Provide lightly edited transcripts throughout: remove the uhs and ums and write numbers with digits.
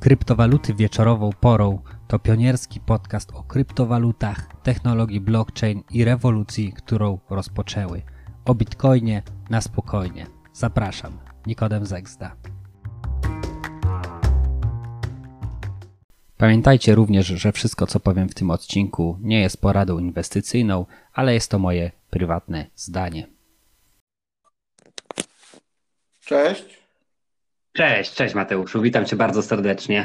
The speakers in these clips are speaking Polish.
Kryptowaluty wieczorową porą to pionierski podcast o kryptowalutach, technologii blockchain i rewolucji, którą rozpoczęły. O Bitcoinie na spokojnie. Zapraszam, Nikodem Zegzda. Pamiętajcie również, że wszystko co powiem w tym odcinku nie jest poradą inwestycyjną, ale jest to moje prywatne zdanie. Cześć. Cześć Mateuszu, witam Cię bardzo serdecznie.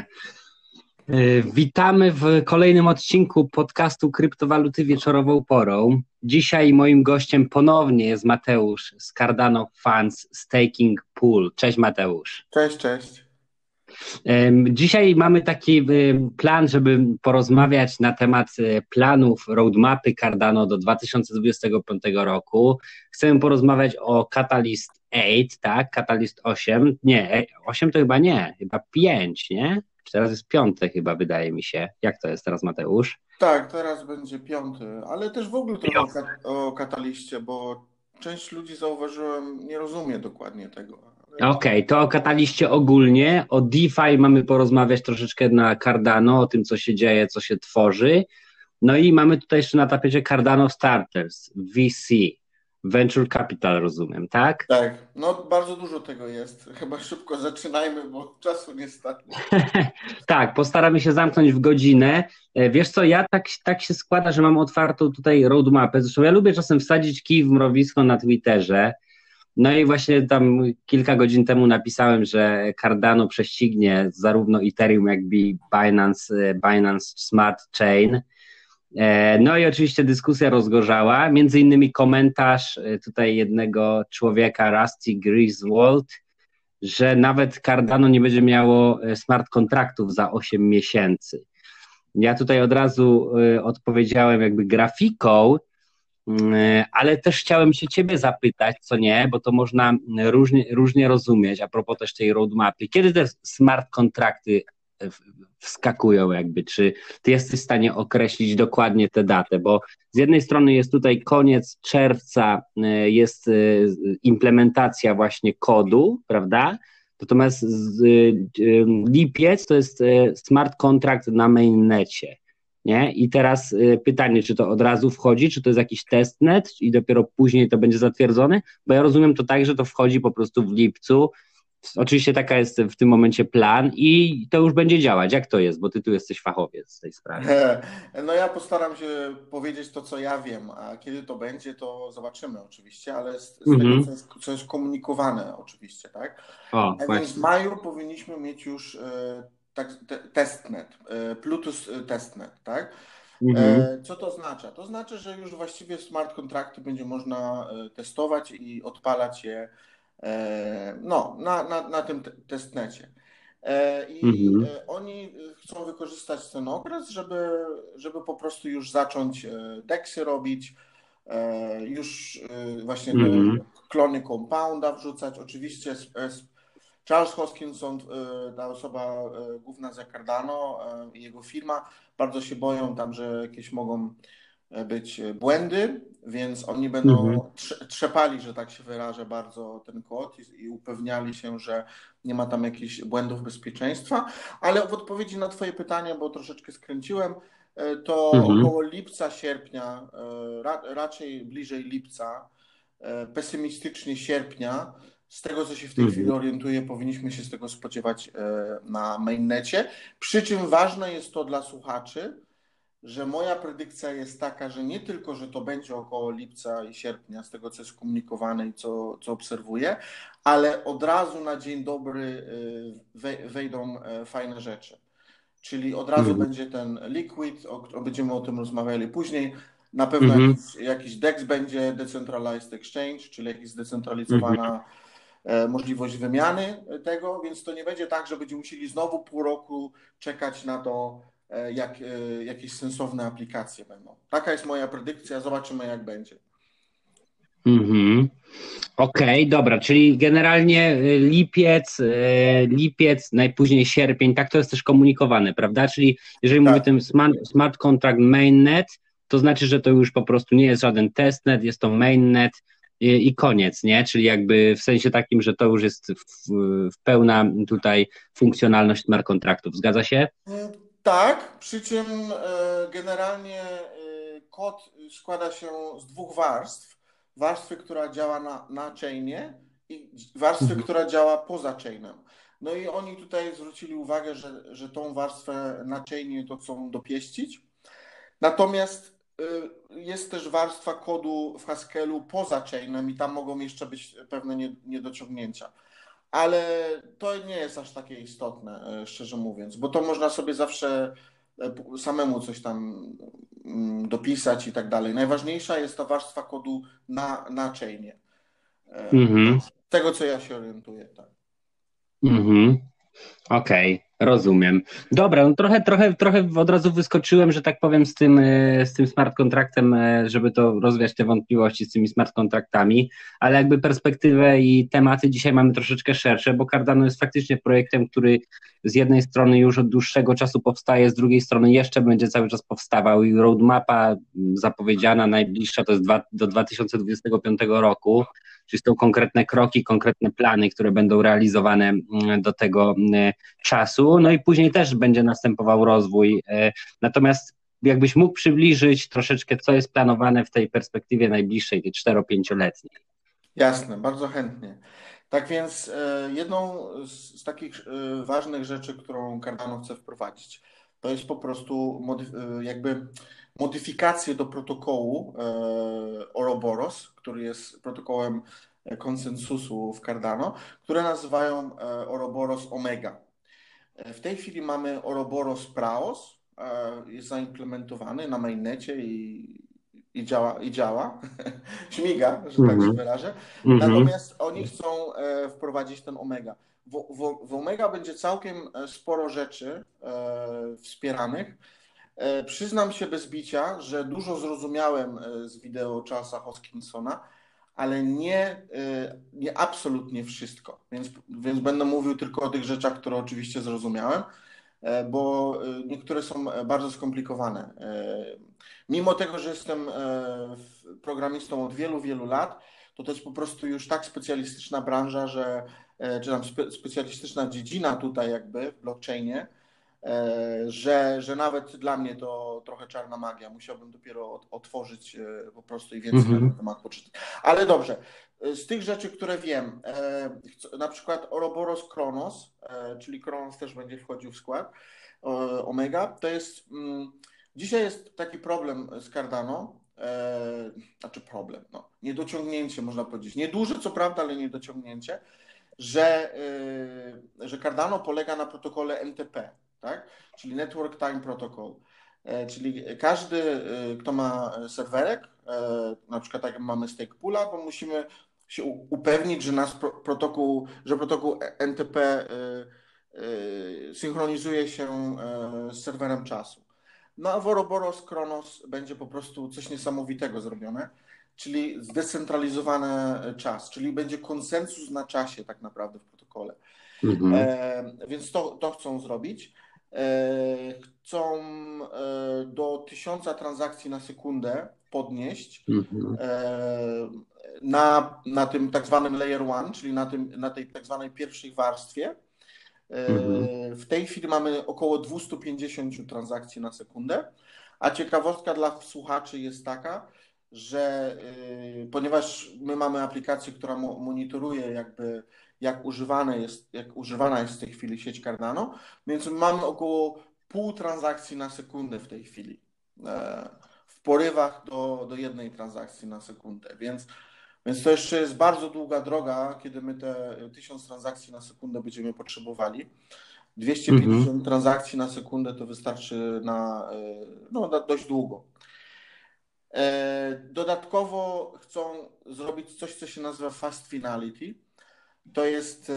Witamy w kolejnym odcinku podcastu Kryptowaluty wieczorową porą. Dzisiaj moim gościem ponownie jest Mateusz z Cardano Funds Staking Pool. Cześć Mateusz. Cześć. Dzisiaj mamy taki plan, żeby porozmawiać na temat planów roadmapy Cardano do 2025 roku. Chcemy porozmawiać o Catalyst 8, tak? Catalyst 8. Nie, 8 to chyba nie, chyba 5, nie? Czy teraz jest 5 chyba, wydaje mi się. Jak to jest teraz, Mateusz? Tak, teraz będzie 5, ale też w ogóle trochę o kataliście, bo część ludzi, zauważyłem, nie rozumie dokładnie tego. Okej, to o kataliście ogólnie, o DeFi mamy porozmawiać troszeczkę na Cardano, o tym co się dzieje, co się tworzy. No i mamy tutaj jeszcze na tapecie Cardano Starters, VC, Venture Capital, rozumiem, tak? Tak, no bardzo dużo tego jest. Chyba szybko zaczynajmy, bo czasu nie starczy. Tak, postaramy się zamknąć w godzinę. Wiesz co, ja tak się składa, że mam otwartą tutaj roadmapę. Zresztą ja lubię czasem wsadzić kij w mrowisko na Twitterze. No i właśnie tam kilka godzin temu napisałem, że Cardano prześcignie zarówno Ethereum, jak i Binance Smart Chain. No i oczywiście dyskusja rozgorzała, między innymi komentarz tutaj jednego człowieka, Rusty Griswold, że nawet Cardano nie będzie miało smart kontraktów za 8 miesięcy. Ja tutaj od razu odpowiedziałem jakby grafiką, ale też chciałem się Ciebie zapytać, co nie, bo to można różnie rozumieć a propos też tej roadmapy. Kiedy te smart kontrakty wskakują jakby, czy Ty jesteś w stanie określić dokładnie tę datę, bo z jednej strony jest tutaj koniec czerwca, jest implementacja właśnie kodu, prawda? Natomiast lipiec to jest smart contract na mainnecie. Nie? I teraz pytanie, czy to od razu wchodzi, czy to jest jakiś testnet i dopiero później to będzie zatwierdzone, bo ja rozumiem to tak, że to wchodzi po prostu w lipcu. Oczywiście taka jest w tym momencie plan i to już będzie działać. Jak to jest? Bo ty tu jesteś fachowiec z tej sprawy. No ja postaram się powiedzieć to, co ja wiem, a kiedy to będzie, to zobaczymy oczywiście, ale z tego, co jest komunikowane oczywiście, tak? O, więc w maju powinniśmy mieć już testnet, Plutus testnet, tak? Co to oznacza? To oznacza, że już właściwie smart kontrakty będzie można testować i odpalać je na tym testnecie. Oni chcą wykorzystać ten okres, żeby po prostu już zacząć DEXy robić, już właśnie te klony Compounda wrzucać. Oczywiście Charles Hoskinson, ta osoba główna za Cardano i jego firma, bardzo się boją tam, że jakieś mogą być błędy, więc oni będą trzepali, że tak się wyrażę, bardzo ten kod i upewniali się, że nie ma tam jakichś błędów bezpieczeństwa. Ale w odpowiedzi na Twoje pytanie, bo troszeczkę skręciłem, to około lipca, sierpnia, raczej bliżej lipca, pesymistycznie sierpnia, z tego, co się w tej chwili orientuję, powinniśmy się z tego spodziewać na mainnecie. Przy czym ważne jest to dla słuchaczy, że moja predykcja jest taka, że nie tylko, że to będzie około lipca i sierpnia, z tego, co jest komunikowane i co obserwuję, ale od razu na dzień dobry wejdą fajne rzeczy. Czyli od razu będzie ten liquid, będziemy o tym rozmawiali później. Na pewno jakiś DEX będzie, Decentralized Exchange, czyli jakaś zdecentralizowana możliwość wymiany tego, więc to nie będzie tak, że będziemy musieli znowu pół roku czekać na to, jakieś sensowne aplikacje będą. Taka jest moja predykcja, zobaczymy jak będzie. Okej, dobra, czyli generalnie lipiec, najpóźniej sierpień, tak to jest też komunikowane, prawda? Czyli jeżeli mówię tym smart contract mainnet, to znaczy, że to już po prostu nie jest żaden testnet, jest to mainnet i koniec, nie? Czyli jakby w sensie takim, że to już jest w pełna tutaj funkcjonalność smart kontraktów. Zgadza się? Tak, przy czym generalnie kod składa się z dwóch warstw. Warstwy, która działa na chainie i warstwy, Mhm. która działa poza chainem. No i oni tutaj zwrócili uwagę, że tą warstwę na chainie to chcą dopieścić. Natomiast jest też warstwa kodu w Haskellu poza chainem i tam mogą jeszcze być pewne niedociągnięcia. Ale to nie jest aż takie istotne, szczerze mówiąc, bo to można sobie zawsze samemu coś tam dopisać i tak dalej. Najważniejsza jest ta warstwa kodu na chainie. Mhm. Z tego, co ja się orientuję, tak. Mhm. Okej, rozumiem. Dobra, no trochę od razu wyskoczyłem, że tak powiem, z tym smart kontraktem, żeby to rozwiać te wątpliwości z tymi smart kontraktami, ale jakby perspektywę i tematy dzisiaj mamy troszeczkę szersze, bo Cardano jest faktycznie projektem, który z jednej strony już od dłuższego czasu powstaje, z drugiej strony jeszcze będzie cały czas powstawał i roadmapa zapowiedziana najbliższa to jest do 2025 roku. Czyli są konkretne kroki, konkretne plany, które będą realizowane do tego czasu, no i później też będzie następował rozwój. Natomiast jakbyś mógł przybliżyć troszeczkę, co jest planowane w tej perspektywie najbliższej, tej 4-5-letniej. Jasne, bardzo chętnie. Tak więc jedną z takich ważnych rzeczy, którą Cardano chce wprowadzić, to jest po prostu jakby modyfikacje do protokołu Ouroboros, który jest protokołem konsensusu w Cardano, które nazywają Ouroboros Omega. W tej chwili mamy Ouroboros Praos, jest zaimplementowany na mainnecie i działa, śmiga, że tak się wyrażę. Natomiast oni chcą wprowadzić ten Omega. W Omega będzie całkiem sporo rzeczy wspieranych. Przyznam się bez bicia, że dużo zrozumiałem z wideo Charlesa Hoskinsona, ale nie absolutnie wszystko. Więc będę mówił tylko o tych rzeczach, które oczywiście zrozumiałem, bo niektóre są bardzo skomplikowane. Mimo tego, że jestem programistą od wielu, wielu lat, to jest po prostu już tak specjalistyczna branża, czy tam specjalistyczna dziedzina tutaj jakby w blockchainie, że nawet dla mnie to trochę czarna magia. Musiałbym dopiero otworzyć po prostu i więcej na ten temat poczytać. Ale dobrze, z tych rzeczy, które wiem, na przykład Ouroboros Kronos, czyli Kronos też będzie wchodził w skład Omega, to jest dzisiaj jest taki problem z Cardano, znaczy problem, niedociągnięcie można powiedzieć. Nieduże co prawda, ale niedociągnięcie, że Cardano polega na protokole NTP, tak? Czyli Network Time Protocol. Czyli każdy, kto ma serwerek, na przykład tak jak mamy stake poola, bo musimy się upewnić, że protokół NTP synchronizuje się z serwerem czasu. No a w Ouroboros Kronos będzie po prostu coś niesamowitego zrobione, czyli zdecentralizowany czas, czyli będzie konsensus na czasie tak naprawdę w protokole. Więc to chcą zrobić. Chcą do 1000 transakcji na sekundę podnieść na tym tak zwanym layer one, czyli na tej tak zwanej pierwszej warstwie. W tej chwili mamy około 250 transakcji na sekundę, a ciekawostka dla słuchaczy jest taka, że ponieważ my mamy aplikację, która monitoruje jakby jak używana jest w tej chwili sieć Cardano, więc mamy około pół transakcji na sekundę w tej chwili. W porywach do jednej transakcji na sekundę, więc to jeszcze jest bardzo długa droga, kiedy my te 1000 transakcji na sekundę będziemy potrzebowali. 250 transakcji na sekundę to wystarczy na dość długo. Dodatkowo chcą zrobić coś, co się nazywa Fast Finality. To jest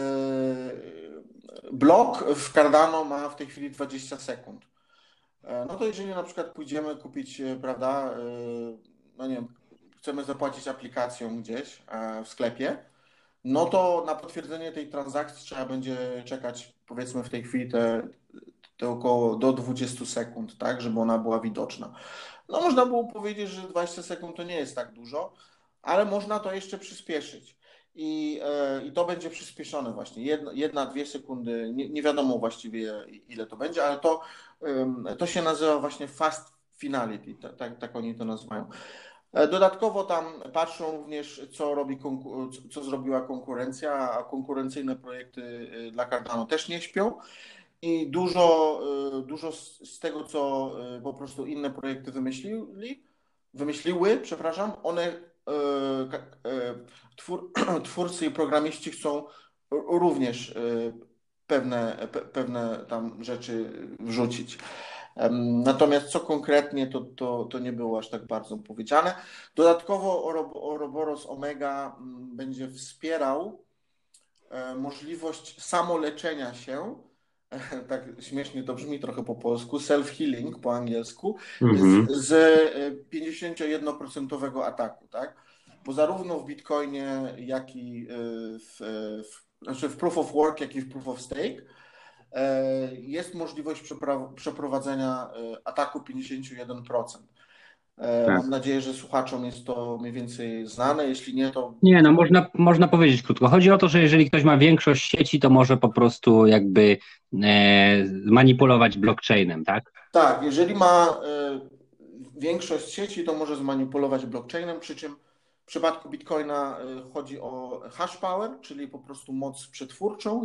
blok w Cardano ma w tej chwili 20 sekund. No to jeżeli na przykład pójdziemy kupić, prawda, no nie wiem, chcemy zapłacić aplikacją gdzieś w sklepie, no to na potwierdzenie tej transakcji trzeba będzie czekać, powiedzmy w tej chwili te około do 20 sekund, tak, żeby ona była widoczna. No można było powiedzieć, że 20 sekund to nie jest tak dużo, ale można to jeszcze przyspieszyć. I to będzie przyspieszone właśnie. 1-2 sekundy, nie wiadomo właściwie ile to będzie, ale to się nazywa właśnie fast finality, tak oni to nazywają. Dodatkowo tam patrzą również, co zrobiła konkurencja, a konkurencyjne projekty dla Cardano też nie śpią. I dużo z tego, co po prostu inne projekty wymyśliły, przepraszam, twórcy i programiści chcą również pewne tam rzeczy wrzucić. Natomiast co konkretnie, to nie było aż tak bardzo powiedziane. Dodatkowo Ouroboros Omega będzie wspierał możliwość samoleczenia się, tak śmiesznie to brzmi trochę po polsku, self-healing po angielsku, z 51% ataku, tak? Bo zarówno w Bitcoinie, jak i w Proof of Work, jak i w Proof of Stake jest możliwość przeprowadzenia ataku 51%. Tak. Mam nadzieję, że słuchaczom jest to mniej więcej znane. Jeśli nie, to... Nie, no można powiedzieć krótko. Chodzi o to, że jeżeli ktoś ma większość sieci, to może po prostu jakby manipulować blockchainem, tak? Tak, jeżeli ma większość sieci, to może zmanipulować blockchainem, przy czym w przypadku Bitcoina chodzi o hash power, czyli po prostu moc przetwórczą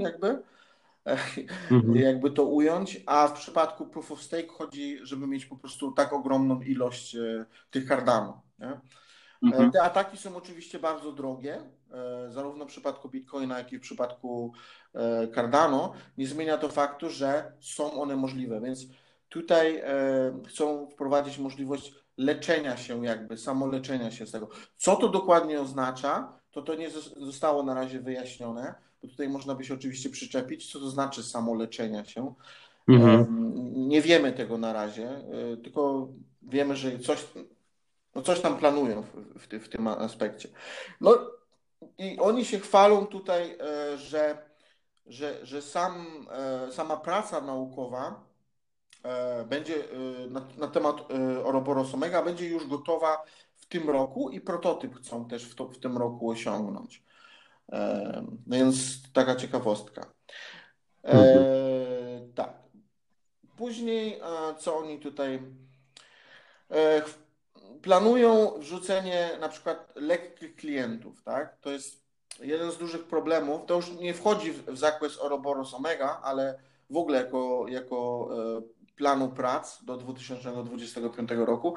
jakby to ująć, a w przypadku Proof of Stake chodzi, żeby mieć po prostu tak ogromną ilość tych Cardano. Nie? Te ataki są oczywiście bardzo drogie, zarówno w przypadku Bitcoina, jak i w przypadku Cardano. Nie zmienia to faktu, że są one możliwe, więc tutaj chcą wprowadzić możliwość leczenia się samoleczenia się z tego. Co to dokładnie oznacza, to nie zostało na razie wyjaśnione, bo tutaj można by się oczywiście przyczepić, co to znaczy samoleczenia się. Nie wiemy tego na razie, tylko wiemy, że coś tam planują w tym aspekcie. No i oni się chwalą tutaj, że sama praca naukowa będzie na temat Ouroboros Omega będzie już gotowa w tym roku i prototyp chcą też w tym roku osiągnąć. Więc taka ciekawostka. Tak. Później, co oni tutaj planują wrzucenie na przykład lekkich klientów, tak? To jest jeden z dużych problemów. To już nie wchodzi w zakres Ouroboros Omega, ale w ogóle jako planu prac do 2025 roku.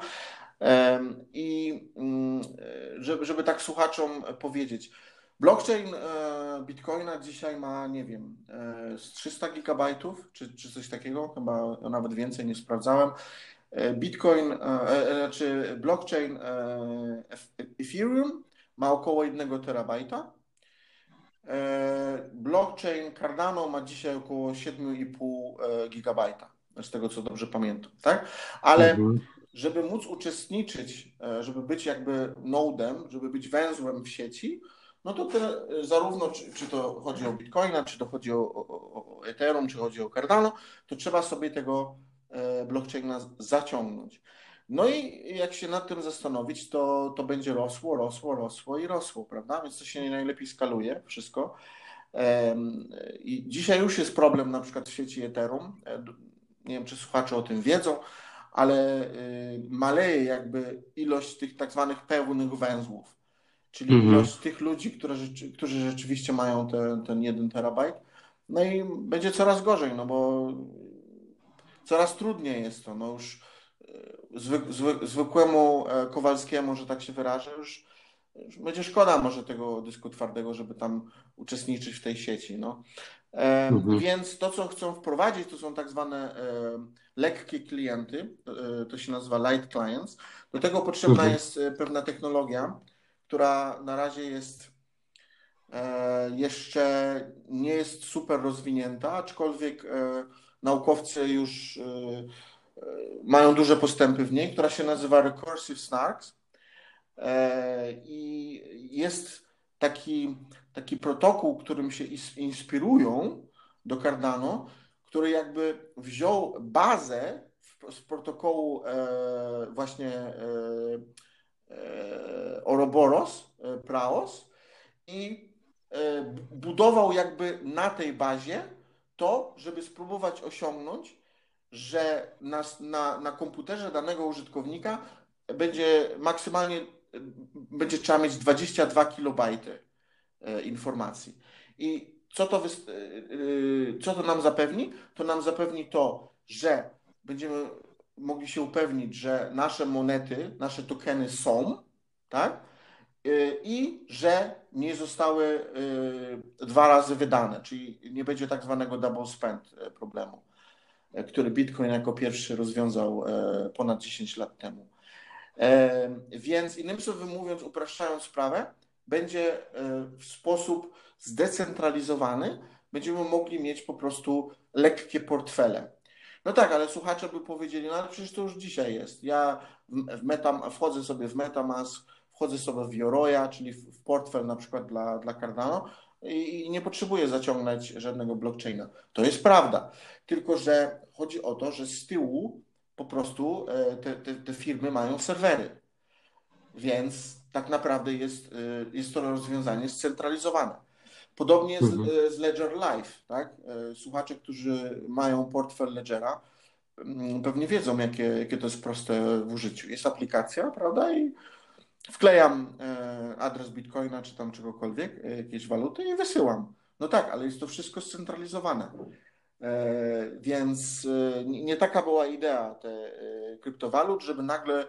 I żeby tak słuchaczom powiedzieć, blockchain Bitcoina dzisiaj ma, nie wiem, z 300 gigabajtów, czy coś takiego, chyba nawet więcej, nie sprawdzałem. Bitcoin, znaczy blockchain Ethereum ma około 1 terabajta. Blockchain Cardano ma dzisiaj około 7,5 gigabajta, z tego co dobrze pamiętam, tak? Ale żeby móc uczestniczyć, żeby być jakby nodem, żeby być węzłem w sieci, no to zarówno czy to chodzi o Bitcoina, czy to chodzi o Ethereum, czy chodzi o Cardano, to trzeba sobie tego blockchaina zaciągnąć. No i jak się nad tym zastanowić, to będzie rosło, prawda? Więc to się najlepiej skaluje wszystko. I dzisiaj już jest problem na przykład w sieci Ethereum. Nie wiem, czy słuchacze o tym wiedzą, ale maleje jakby ilość tych tak zwanych pełnych węzłów, czyli ilość tych ludzi, którzy rzeczywiście mają ten 1 terabajt. No i będzie coraz gorzej, no bo coraz trudniej jest to. No już zwykłemu Kowalskiemu, że tak się wyrażę, już będzie szkoda może tego dysku twardego, żeby tam uczestniczyć w tej sieci. No. Więc to, co chcą wprowadzić, to są tak zwane lekkie klienty, to się nazywa light clients. Do tego potrzebna jest pewna technologia, która na razie jest jeszcze nie jest super rozwinięta, aczkolwiek naukowcy już mają duże postępy w niej, która się nazywa Recursive Snarks. I jest taki protokół, którym się inspirują do Cardano, który jakby wziął bazę z protokołu właśnie Ouroboros, Praos i budował jakby na tej bazie to, żeby spróbować osiągnąć, że na komputerze danego użytkownika maksymalnie będzie trzeba mieć 22 kilobajty informacji. I co to nam zapewni? To nam zapewni to, że będziemy mogli się upewnić, że nasze monety, nasze tokeny są, tak? I że nie zostały 2 razy wydane, czyli nie będzie tak zwanego double spend problemu, który Bitcoin jako pierwszy rozwiązał ponad 10 lat temu. Więc innymi słowy mówiąc, upraszczając sprawę, będzie w sposób zdecentralizowany, będziemy mogli mieć po prostu lekkie portfele. No tak, ale słuchacze by powiedzieli, no ale przecież to już dzisiaj jest. Ja wchodzę sobie w MetaMask, wchodzę sobie w Yoroi, czyli w portfel na przykład dla Cardano i nie potrzebuję zaciągnąć żadnego blockchaina. To jest prawda, tylko że chodzi o to, że z tyłu po prostu te firmy mają serwery, więc tak naprawdę jest to rozwiązanie scentralizowane. Podobnie z Ledger Live, tak? Słuchacze, którzy mają portfel Ledgera, pewnie wiedzą, jakie to jest proste w użyciu. Jest aplikacja, prawda? I wklejam adres Bitcoina czy tam czegokolwiek, jakiejś waluty i wysyłam. No tak, ale jest to wszystko scentralizowane. Więc nie taka była idea kryptowalut, żeby nagle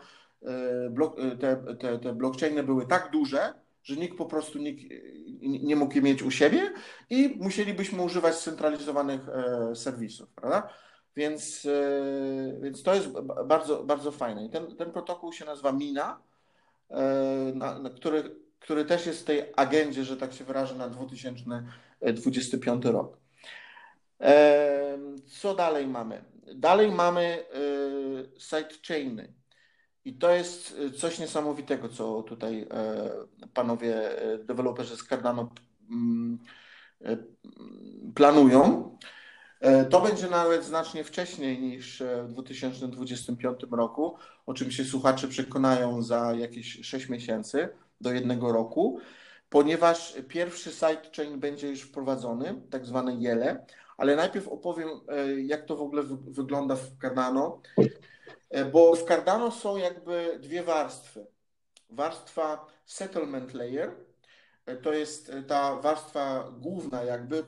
te blockchainy były tak duże, że nikt nie mógł je mieć u siebie i musielibyśmy używać scentralizowanych serwisów, prawda? Więc to jest bardzo, bardzo fajne. I ten protokół się nazywa Mina, który też jest w tej agendzie, że tak się wyrażę, na 2025 rok. Co dalej mamy? Dalej mamy sidechainy. I to jest coś niesamowitego, co tutaj panowie deweloperzy z Cardano planują. To będzie nawet znacznie wcześniej niż w 2025 roku, o czym się słuchacze przekonają za jakieś 6 miesięcy do 1 roku, ponieważ pierwszy sidechain będzie już wprowadzony, tak zwany Jele, ale najpierw opowiem, jak to w ogóle wygląda w Cardano, bo w Cardano są jakby 2 warstwy. Warstwa settlement layer, to jest ta warstwa główna jakby,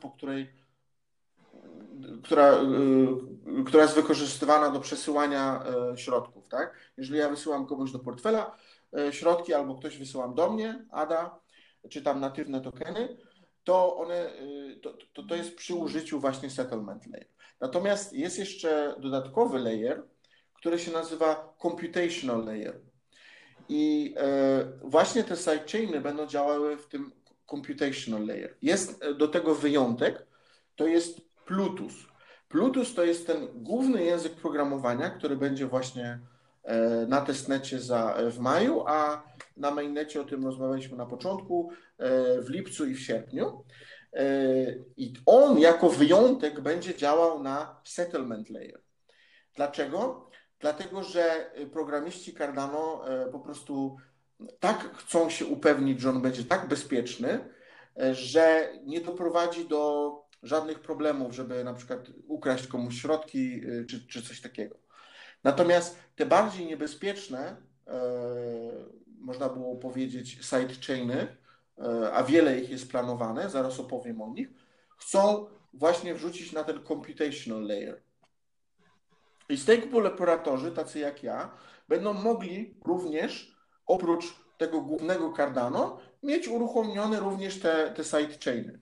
która jest wykorzystywana do przesyłania środków, tak? Jeżeli ja wysyłam komuś do portfela środki albo ktoś wysyłam do mnie, ADA, czy tam natywne tokeny, to to jest przy użyciu właśnie settlement layer. Natomiast jest jeszcze dodatkowy layer, który się nazywa computational layer. I właśnie te sidechainy będą działały w tym computational layer. Jest do tego wyjątek, to jest Plutus. Plutus to jest ten główny język programowania, który będzie właśnie na testnecie w maju, a na mainnecie o tym rozmawialiśmy na początku, w lipcu i w sierpniu. I on jako wyjątek będzie działał na settlement layer. Dlaczego? Dlatego, że programiści Cardano po prostu tak chcą się upewnić, że on będzie tak bezpieczny, że nie doprowadzi do żadnych problemów, żeby na przykład ukraść komuś środki czy coś takiego. Natomiast te bardziej niebezpieczne, można było powiedzieć sidechainy, a wiele ich jest planowane, zaraz opowiem o nich, chcą właśnie wrzucić na ten computational layer. I stake operatorzy, tacy jak ja, będą mogli również, oprócz tego głównego Cardano, mieć uruchomione również te sidechainy.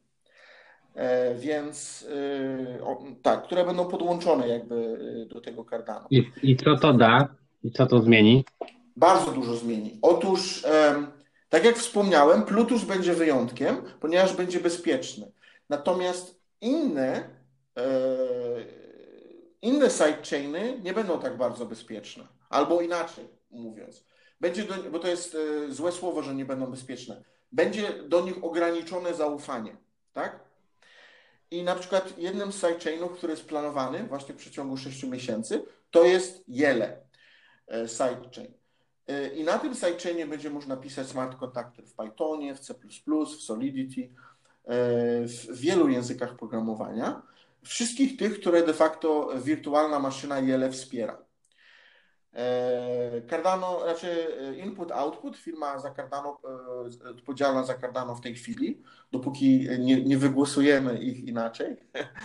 Więc tak, które będą podłączone jakby do tego Cardano. I co to da? I co to zmieni? Bardzo dużo zmieni. Otóż, tak jak wspomniałem, Plutus będzie wyjątkiem, ponieważ będzie bezpieczny. Natomiast inne sidechainy nie będą tak bardzo bezpieczne. Albo inaczej mówiąc. Bo to jest złe słowo, że nie będą bezpieczne. Będzie do nich ograniczone zaufanie. Tak? I na przykład jednym z sidechainów, który jest planowany właśnie w przeciągu 6 miesięcy, to jest Jele sidechain. I na tym sidechainie będzie można pisać smart kontrakty w Pythonie, w C++, w Solidity, w wielu językach programowania. Wszystkich tych, które de facto wirtualna maszyna Yele wspiera. Cardano, raczej input-output, firma za Cardano, odpowiedzialna za Cardano w tej chwili, dopóki nie wygłosujemy ich inaczej,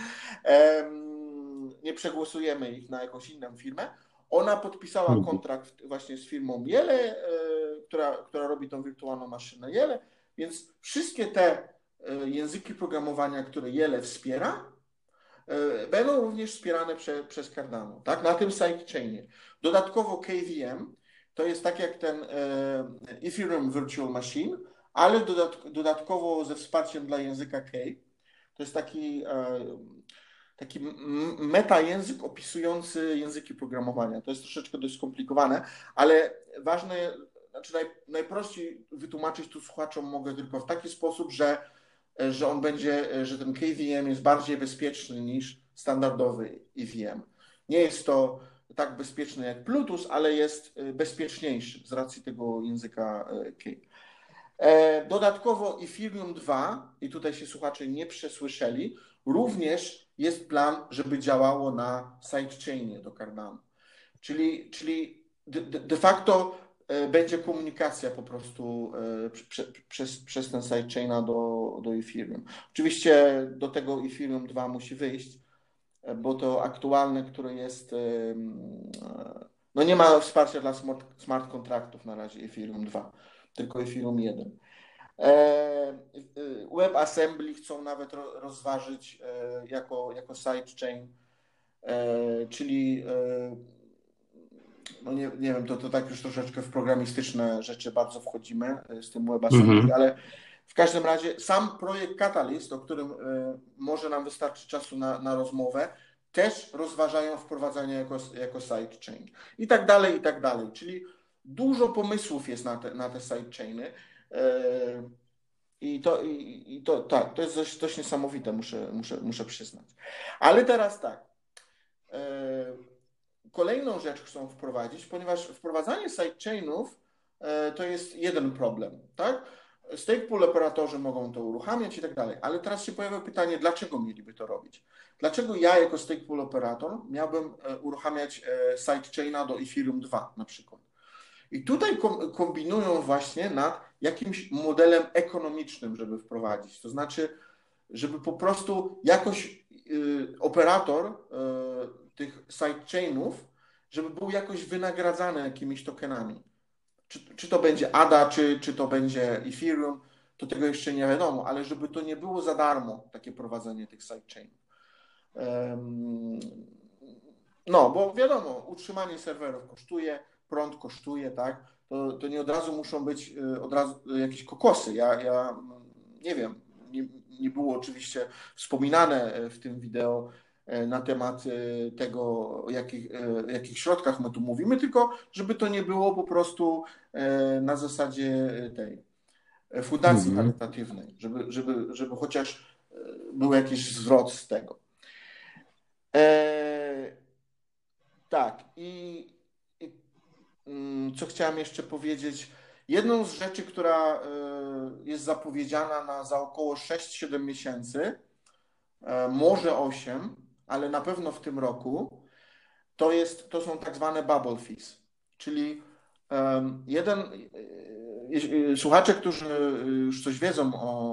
nie przegłosujemy ich na jakąś inną firmę. Ona podpisała kontrakt właśnie z firmą Yele, która robi tą wirtualną maszynę Yele, więc wszystkie te języki programowania, które Yele wspiera, będą również wspierane przez Cardano, tak? Na tym sidechainie. Dodatkowo KVM to jest tak jak ten Ethereum Virtual Machine, ale dodatkowo ze wsparciem dla języka K. To jest taki metajęzyk opisujący języki programowania. To jest troszeczkę dość skomplikowane, ale ważne, znaczy najprościej wytłumaczyć tu słuchaczom mogę tylko w taki sposób, że ten KVM jest bardziej bezpieczny niż standardowy EVM. Nie jest to tak bezpieczny jak Plutus, ale jest bezpieczniejszy z racji tego języka K. Dodatkowo Ethereum 2, i tutaj się słuchacze nie przesłyszeli, również jest plan, żeby działało na sidechainie do Cardano. Czyli de facto będzie komunikacja po prostu przez ten sidechaina do Ethereum. Oczywiście do tego Ethereum 2 musi wyjść, bo to aktualne, które jest, no nie ma wsparcia dla smart kontraktów na razie Ethereum 2, tylko Ethereum 1. WebAssembly chcą nawet rozważyć jako sidechain, czyli no nie wiem, to tak już troszeczkę w programistyczne rzeczy bardzo wchodzimy z tym WebAssembly, ale w każdym razie sam projekt Catalyst, o którym może nam wystarczy czasu na rozmowę, też rozważają wprowadzanie jako sidechain i tak dalej, i tak dalej. Czyli dużo pomysłów jest na te sidechainy i to jest dość niesamowite, muszę przyznać. Ale teraz tak. Kolejną rzecz chcą wprowadzić, ponieważ wprowadzanie sidechainów to jest jeden problem, tak? Stake pool operatorzy mogą to uruchamiać i tak dalej, ale teraz się pojawia pytanie, dlaczego mieliby to robić? Dlaczego ja jako stake pool operator miałbym uruchamiać sidechaina do Ethereum 2 na przykład? I tutaj kombinują właśnie nad jakimś modelem ekonomicznym, żeby wprowadzić. To znaczy, żeby po prostu jakoś operator tych sidechainów, żeby był jakoś wynagradzany jakimiś tokenami. Czy to będzie ADA, czy to będzie Ethereum, to tego jeszcze nie wiadomo, ale żeby to nie było za darmo, takie prowadzenie tych sidechainów. No, bo wiadomo, utrzymanie serwerów kosztuje, prąd kosztuje, tak? To nie od razu muszą być jakieś kokosy. Ja nie wiem, nie było oczywiście wspominane w tym wideo na temat tego, o jakich środkach my tu mówimy, tylko żeby to nie było po prostu na zasadzie tej fundacji charytatywnej, żeby chociaż był jakiś zwrot z tego. Tak, i co chciałem jeszcze powiedzieć, jedną z rzeczy, która jest zapowiedziana za około 6-7 miesięcy, może 8, ale na pewno w tym roku, to są tak zwane bubble fees, czyli słuchacze, którzy już coś wiedzą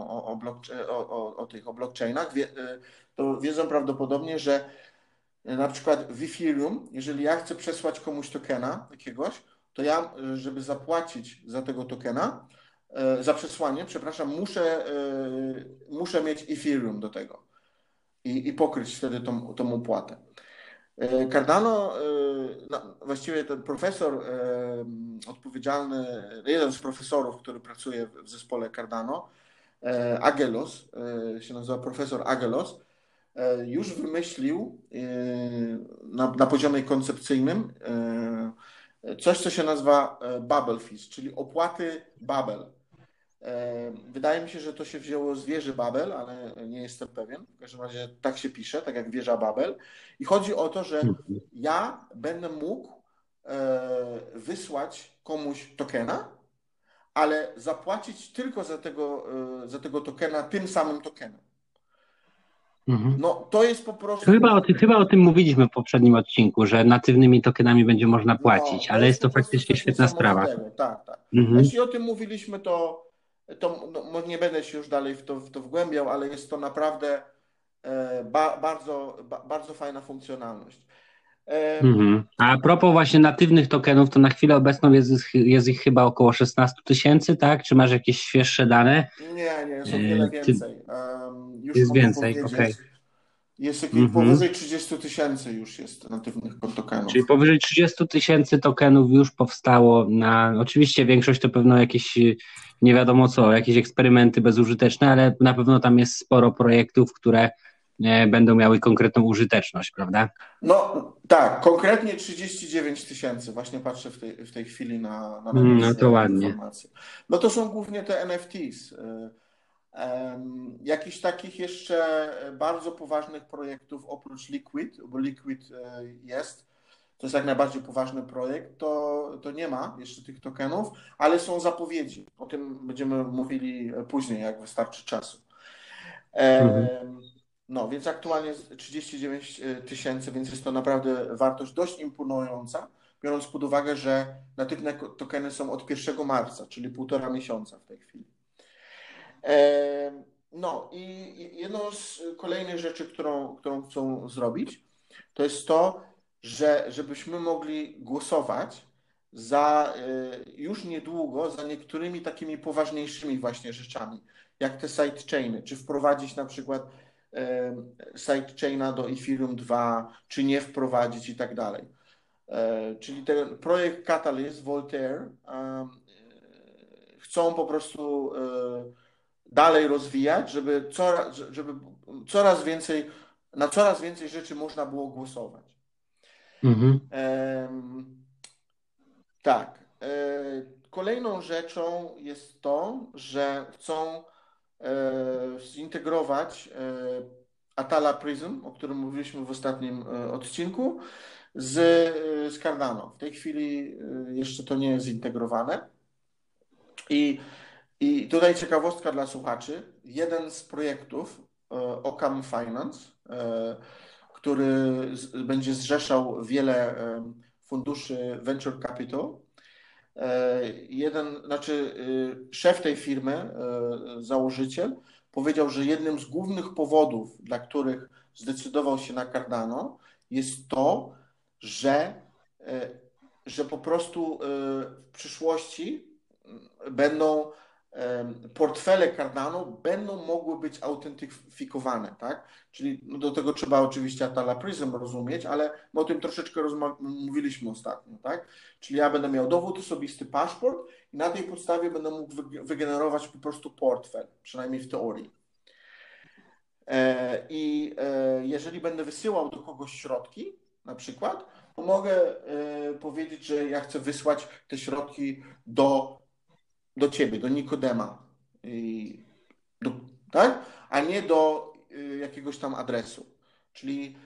o tych blockchainach, to wiedzą prawdopodobnie, że na przykład w Ethereum, jeżeli ja chcę przesłać komuś tokena jakiegoś, to ja, żeby zapłacić za tego tokena, za przesłanie, przepraszam, muszę mieć Ethereum do tego i pokryć wtedy tą opłatę. Cardano, właściwie ten profesor odpowiedzialny, jeden z profesorów, który pracuje w zespole Cardano, Aggelos, się nazywa profesor Aggelos, już wymyślił na poziomie koncepcyjnym coś, co się nazywa bubble fees, czyli opłaty Babel. Wydaje mi się, że to się wzięło z wieży Babel, ale nie jestem pewien. W każdym razie tak się pisze, tak jak wieża Babel. I chodzi o to, że ja będę mógł wysłać komuś tokena, ale zapłacić tylko za tego tokena tym samym tokenem. No to jest po prostu... Chyba o tym mówiliśmy w poprzednim odcinku, że natywnymi tokenami będzie można płacić, to ale jest po to prostu faktycznie coś świetna sprawa. Tak, tak. Mhm. Jeśli o tym mówiliśmy, to nie będę się już dalej w to wgłębiał, ale jest to naprawdę bardzo fajna funkcjonalność. A propos właśnie natywnych tokenów, to na chwilę obecną jest ich chyba około 16 000, tak? Czy masz jakieś świeższe dane? Nie, jest o wiele więcej. Już jest mogę więcej, powiedzieć. okej. Jest jakieś powyżej 30 000 już jest natywnych tokenów. Czyli powyżej 30 000 tokenów już powstało oczywiście większość to pewno jakieś nie wiadomo co, jakieś eksperymenty bezużyteczne, ale na pewno tam jest sporo projektów, które będą miały konkretną użyteczność, prawda? No tak, konkretnie 39 000. Właśnie patrzę w tej chwili na No to ładnie. informacje. No to są głównie te NFTs. Jakichś takich jeszcze bardzo poważnych projektów oprócz Liquid, bo Liquid jest, to jest jak najbardziej poważny projekt, to nie ma jeszcze tych tokenów, ale są zapowiedzi. O tym będziemy mówili później, jak wystarczy czasu. No, więc aktualnie jest 39 000, więc jest to naprawdę wartość dość imponująca, biorąc pod uwagę, że natywne tokeny są od 1 marca, czyli 1,5 miesiąca w tej chwili. No i jedną z kolejnych rzeczy, którą chcą zrobić, to jest to, żebyśmy mogli głosować już niedługo za niektórymi takimi poważniejszymi właśnie rzeczami, jak te sidechainy, czy wprowadzić na przykład sidechaina do Ethereum 2, czy nie wprowadzić i tak dalej. Czyli ten projekt Catalyst, Voltaire, chcą po prostu dalej rozwijać, żeby na coraz więcej rzeczy można było głosować. Tak. Kolejną rzeczą jest to, że chcą zintegrować Atala Prism, o którym mówiliśmy w ostatnim odcinku, z Cardano. W tej chwili jeszcze to nie jest zintegrowane. I tutaj ciekawostka dla słuchaczy. Jeden z projektów Occam Finance, który będzie zrzeszał wiele funduszy venture capital, szef tej firmy, założyciel, powiedział, że jednym z głównych powodów, dla których zdecydował się na Cardano, jest to, że po prostu w przyszłości portfele Cardano będą mogły być autentyfikowane, tak? Czyli do tego trzeba oczywiście Atala Prism rozumieć, ale my o tym troszeczkę mówiliśmy ostatnio, tak? Czyli ja będę miał dowód osobisty, paszport i na tej podstawie będę mógł wygenerować po prostu portfel, przynajmniej w teorii. I jeżeli będę wysyłał do kogoś środki, na przykład, to mogę powiedzieć, że ja chcę wysłać te środki do ciebie, do Nikodema, tak? A nie do jakiegoś tam adresu. Czyli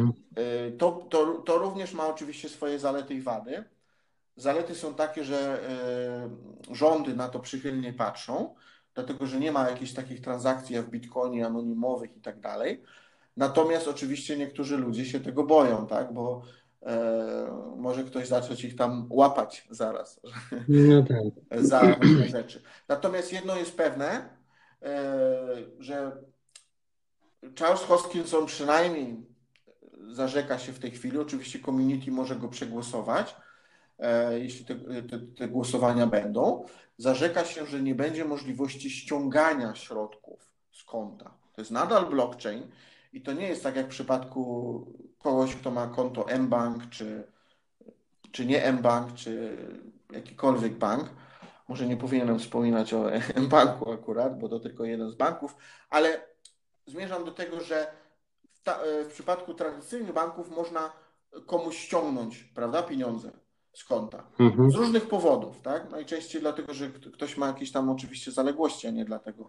to również ma oczywiście swoje zalety i wady. Zalety są takie, że rządy na to przychylnie patrzą, dlatego że nie ma jakichś takich transakcji jak w Bitcoinie anonimowych i tak dalej. Natomiast oczywiście niektórzy ludzie się tego boją, tak? Bo może ktoś zacząć ich tam łapać zaraz za różne rzeczy. Natomiast jedno jest pewne, że Charles Hoskinson przynajmniej zarzeka się w tej chwili, oczywiście community może go przegłosować, jeśli te głosowania będą, zarzeka się, że nie będzie możliwości ściągania środków z konta. To jest nadal blockchain i to nie jest tak jak w przypadku kogoś, kto ma konto mBank, czy nie mBank, czy jakikolwiek bank. Może nie powinienem wspominać o mBanku akurat, bo to tylko jeden z banków, ale zmierzam do tego, że w przypadku tradycyjnych banków można komuś ściągnąć, prawda, pieniądze z konta. Z różnych powodów, tak? Najczęściej dlatego, że ktoś ma jakieś tam oczywiście zaległości, a nie dlatego.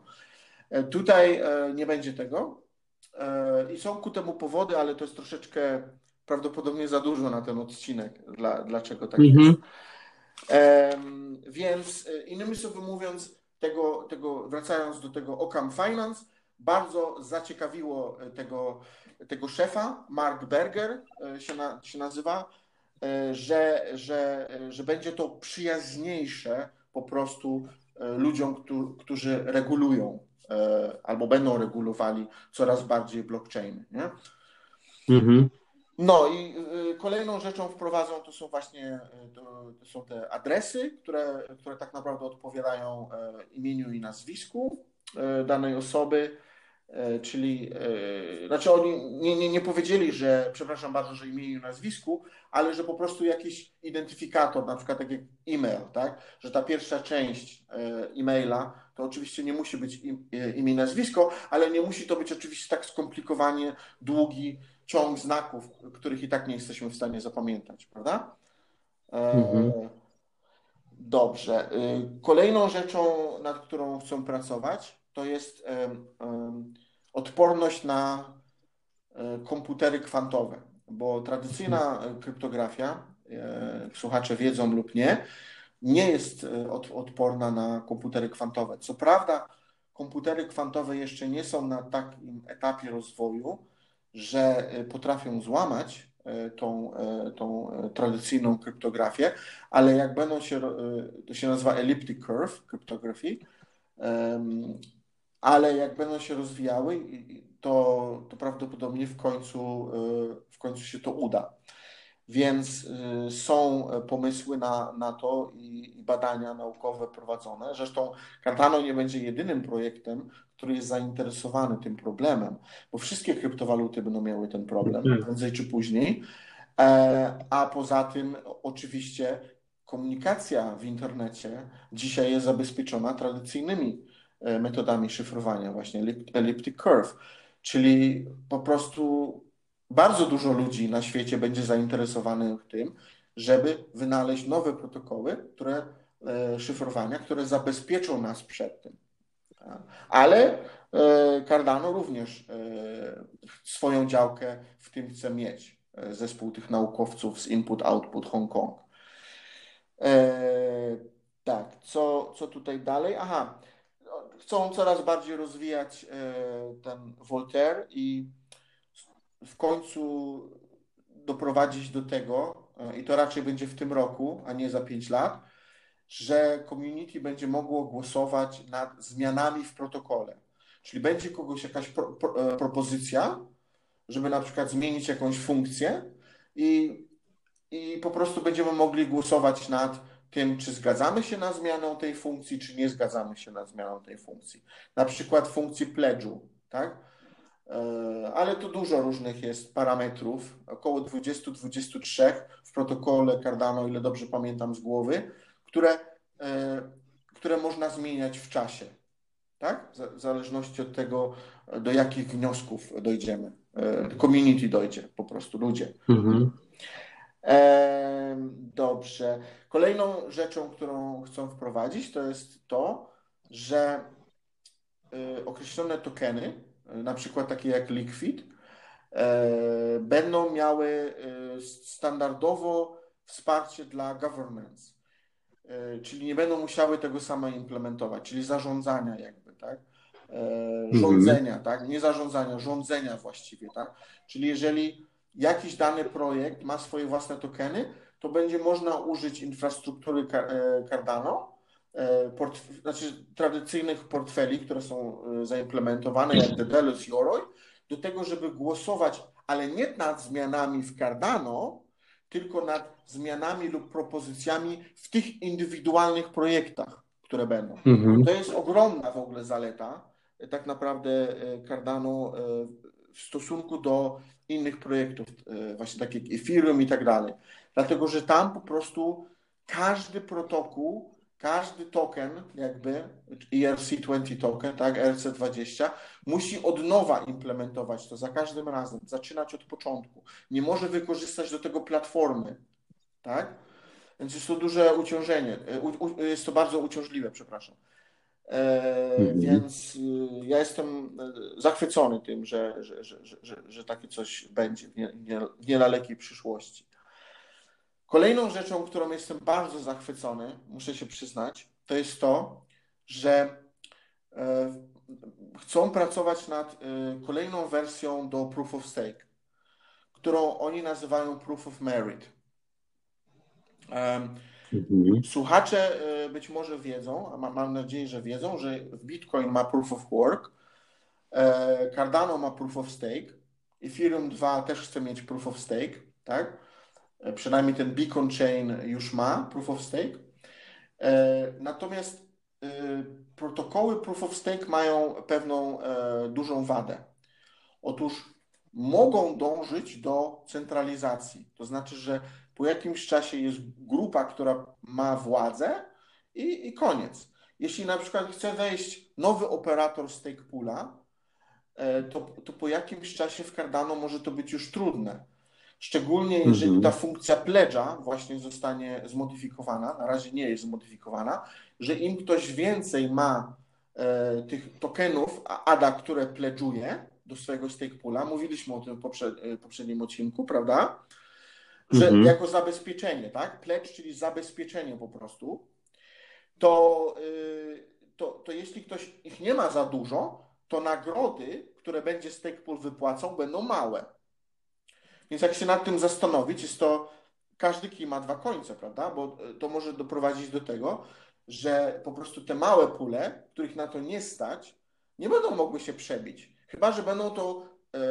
Tutaj nie będzie tego i są ku temu powody, ale to jest troszeczkę prawdopodobnie za dużo na ten odcinek, dlaczego tak jest. Więc innymi słowy mówiąc, wracając do tego Occam Finance, bardzo zaciekawiło tego szefa, Mark Berger się nazywa, że będzie to przyjaźniejsze po prostu ludziom, którzy regulują albo będą regulowali coraz bardziej blockchainy. Nie? No i kolejną rzeczą wprowadzą to są właśnie to są te adresy, które tak naprawdę odpowiadają imieniu i nazwisku danej osoby, czyli znaczy oni nie powiedzieli, że przepraszam bardzo, że imieniu i nazwisku, ale że po prostu jakiś identyfikator, na przykład tak jak e-mail, tak? Że ta pierwsza część e-maila to oczywiście nie musi być imię i nazwisko, ale nie musi to być oczywiście tak skomplikowanie długi ciąg znaków, których i tak nie jesteśmy w stanie zapamiętać, prawda? Dobrze. Kolejną rzeczą, nad którą chcą pracować, to jest odporność na komputery kwantowe, bo tradycyjna kryptografia, słuchacze wiedzą lub nie jest odporna na komputery kwantowe. Co prawda, komputery kwantowe jeszcze nie są na takim etapie rozwoju, że potrafią złamać tą tradycyjną kryptografię, ale jak będą to się nazywa elliptic curve cryptography, ale jak będą się rozwijały, to prawdopodobnie w końcu się to uda. Więc są pomysły na to i badania naukowe prowadzone. Zresztą Cardano nie będzie jedynym projektem, który jest zainteresowany tym problemem, bo wszystkie kryptowaluty będą miały ten problem prędzej czy później. A poza tym oczywiście komunikacja w internecie dzisiaj jest zabezpieczona tradycyjnymi metodami szyfrowania, właśnie elliptic curve, czyli po prostu bardzo dużo ludzi na świecie będzie zainteresowanych tym, żeby wynaleźć nowe protokoły szyfrowania, które zabezpieczą nas przed tym. Ale Cardano również swoją działkę w tym chce mieć. Zespół tych naukowców z Input-Output Hong Kong. Tak, co tutaj dalej? Aha, chcą coraz bardziej rozwijać ten Voltaire i w końcu doprowadzić do tego, i to raczej będzie w tym roku, a nie za 5 lat, że community będzie mogło głosować nad zmianami w protokole. Czyli będzie kogoś jakaś propozycja, żeby na przykład zmienić jakąś funkcję i po prostu będziemy mogli głosować nad tym, czy zgadzamy się na zmianę tej funkcji, czy nie zgadzamy się na zmianę tej funkcji. Na przykład funkcji pledge'u, tak? Ale tu dużo różnych jest parametrów, około 20-23 w protokole Cardano, o ile dobrze pamiętam z głowy, które można zmieniać w czasie, tak? W zależności od tego, do jakich wniosków dojdziemy. Community dojdzie, po prostu ludzie. Dobrze. Kolejną rzeczą, którą chcą wprowadzić, to jest to, że określone tokeny, na przykład takie jak Liquid, będą miały standardowo wsparcie dla governance, czyli nie będą musiały tego same implementować, czyli zarządzania jakby, tak? Rządzenia, tak? Nie zarządzania, rządzenia właściwie, tak? Czyli jeżeli jakiś dany projekt ma swoje własne tokeny, to będzie można użyć infrastruktury Cardano, znaczy tradycyjnych portfeli, które są zaimplementowane jak Daedalus i Yoroi, do tego, żeby głosować, ale nie nad zmianami w Cardano, tylko nad zmianami lub propozycjami w tych indywidualnych projektach, które będą. To jest ogromna w ogóle zaleta tak naprawdę Cardano w stosunku do innych projektów, właśnie tak jak Ethereum i tak dalej. Dlatego, że tam po prostu każdy protokół, każdy token jakby, ERC20 token, tak, ERC20, musi od nowa implementować to za każdym razem, zaczynać od początku. Nie może wykorzystać do tego platformy, tak? Więc jest to duże uciążenie, jest to bardzo uciążliwe, przepraszam. Mhm. Więc ja jestem zachwycony tym, że takie coś będzie w niedalekiej przyszłości. Kolejną rzeczą, którą jestem bardzo zachwycony, muszę się przyznać, to jest to, że chcą pracować nad kolejną wersją do Proof of Stake, którą oni nazywają Proof of Merit. Mhm. Słuchacze być może wiedzą, a mam nadzieję, że wiedzą, że Bitcoin ma Proof of Work, Cardano ma Proof of Stake, Ethereum 2 też chce mieć Proof of Stake, tak? Przynajmniej ten Beacon Chain już ma Proof of Stake. Natomiast protokoły Proof of Stake mają pewną dużą wadę. Otóż mogą dążyć do centralizacji. To znaczy, że po jakimś czasie jest grupa, która ma władzę i koniec. Jeśli na przykład chce wejść nowy operator stake poola, to po jakimś czasie w Cardano może to być już trudne. Szczególnie jeżeli ta funkcja pledge'a właśnie zostanie zmodyfikowana, na razie nie jest zmodyfikowana, że im ktoś więcej ma tych tokenów ADA, które pledge'uje do swojego stake poola, mówiliśmy o tym w poprzednim odcinku, prawda? Że jako zabezpieczenie, tak? Pledge, czyli zabezpieczenie po prostu, to jeśli ktoś ich nie ma za dużo, to nagrody, które będzie stake pool wypłacał, będą małe. Więc jak się nad tym zastanowić, jest to każdy kij ma dwa końce, prawda? Bo to może doprowadzić do tego, że po prostu te małe pule, których na to nie stać, nie będą mogły się przebić. Chyba że będą to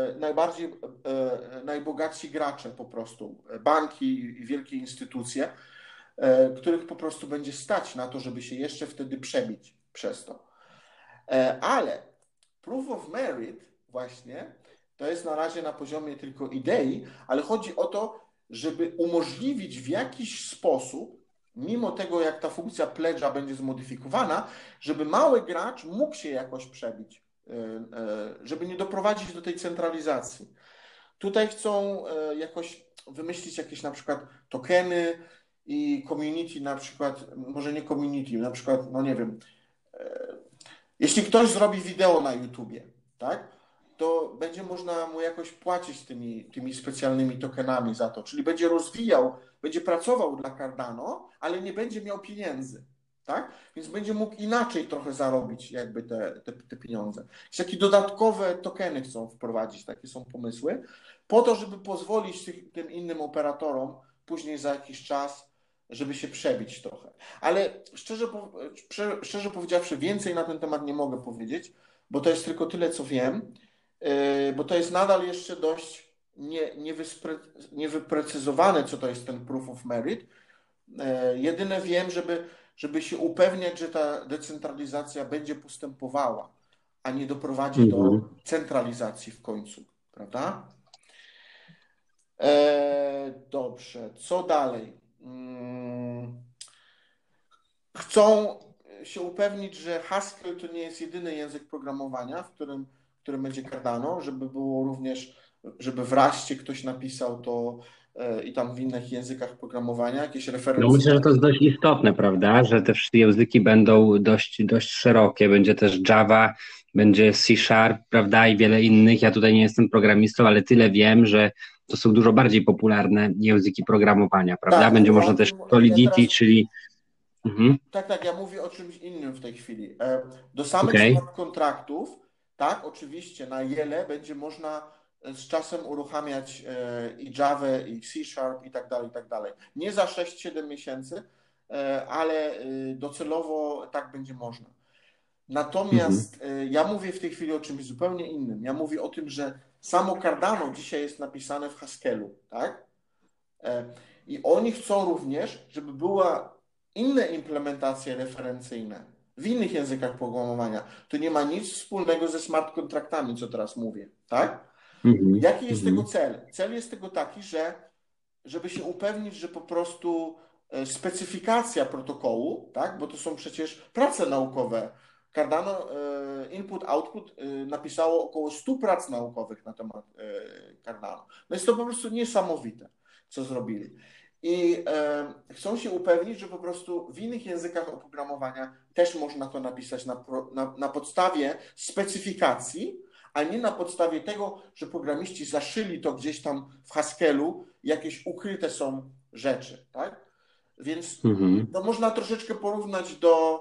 najbogatsi gracze po prostu, banki i wielkie instytucje, których po prostu będzie stać na to, żeby się jeszcze wtedy przebić przez to. Ale Proof of Merit właśnie to jest na razie na poziomie tylko idei, ale chodzi o to, żeby umożliwić w jakiś sposób, mimo tego jak ta funkcja pledge'a będzie zmodyfikowana, żeby mały gracz mógł się jakoś przebić, żeby nie doprowadzić do tej centralizacji. Tutaj chcą jakoś wymyślić jakieś na przykład tokeny i community na przykład, może nie community, na przykład, no nie wiem, jeśli ktoś zrobi wideo na YouTubie, tak, to będzie można mu jakoś płacić tymi specjalnymi tokenami za to, czyli będzie rozwijał, będzie pracował dla Cardano, ale nie będzie miał pieniędzy, tak? Więc będzie mógł inaczej trochę zarobić jakby te pieniądze. Takie dodatkowe tokeny chcą wprowadzić, takie są pomysły, po to, żeby pozwolić tym innym operatorom później za jakiś czas, żeby się przebić trochę. Ale szczerze powiedziawszy, więcej na ten temat nie mogę powiedzieć, bo to jest tylko tyle, co wiem, bo to jest nadal jeszcze dość niewyprecyzowane, co to jest ten Proof of Merit. Jedyne wiem, żeby się upewniać, że ta decentralizacja będzie postępowała, a nie doprowadzi do centralizacji w końcu, prawda? Dobrze, co dalej? Chcą się upewnić, że Haskell to nie jest jedyny język programowania, w którym będzie Cardano, żeby było również, żeby w Ruście ktoś napisał to i tam w innych językach programowania, jakieś No referencje. myślę, że to jest dość istotne, prawda, że te wszystkie języki będą dość szerokie, będzie też Java, będzie C#, prawda, i wiele innych. Ja tutaj nie jestem programistą, ale tyle wiem, że to są dużo bardziej popularne języki programowania, prawda? Tak, Będzie mówię można o też tym, Solidity, czyli... Tak, ja mówię o czymś innym w tej chwili. Do samych Okej. smart kontraktów, tak, oczywiście na Jele będzie można z czasem uruchamiać i Java, i C# i tak dalej, i tak dalej. Nie za 6-7 miesięcy, ale docelowo tak będzie można. Natomiast ja mówię w tej chwili o czymś zupełnie innym. Ja mówię o tym, że samo Cardano dzisiaj jest napisane w Haskellu, tak? I oni chcą również, żeby była inne implementacje referencyjne w innych językach programowania. To nie ma nic wspólnego ze smart kontraktami, co teraz mówię, tak? Jaki jest tego cel? Cel jest tego taki, żeby się upewnić, że po prostu specyfikacja protokołu, tak? Bo to są przecież prace naukowe. Cardano Input-Output napisało około 100 prac naukowych na temat Cardano. No jest to po prostu niesamowite, co zrobili. i chcą się upewnić, że po prostu w innych językach oprogramowania też można to napisać na podstawie specyfikacji, a nie na podstawie tego, że programiści zaszyli to gdzieś tam w Haskellu, jakieś ukryte są rzeczy, tak? Więc to można troszeczkę porównać do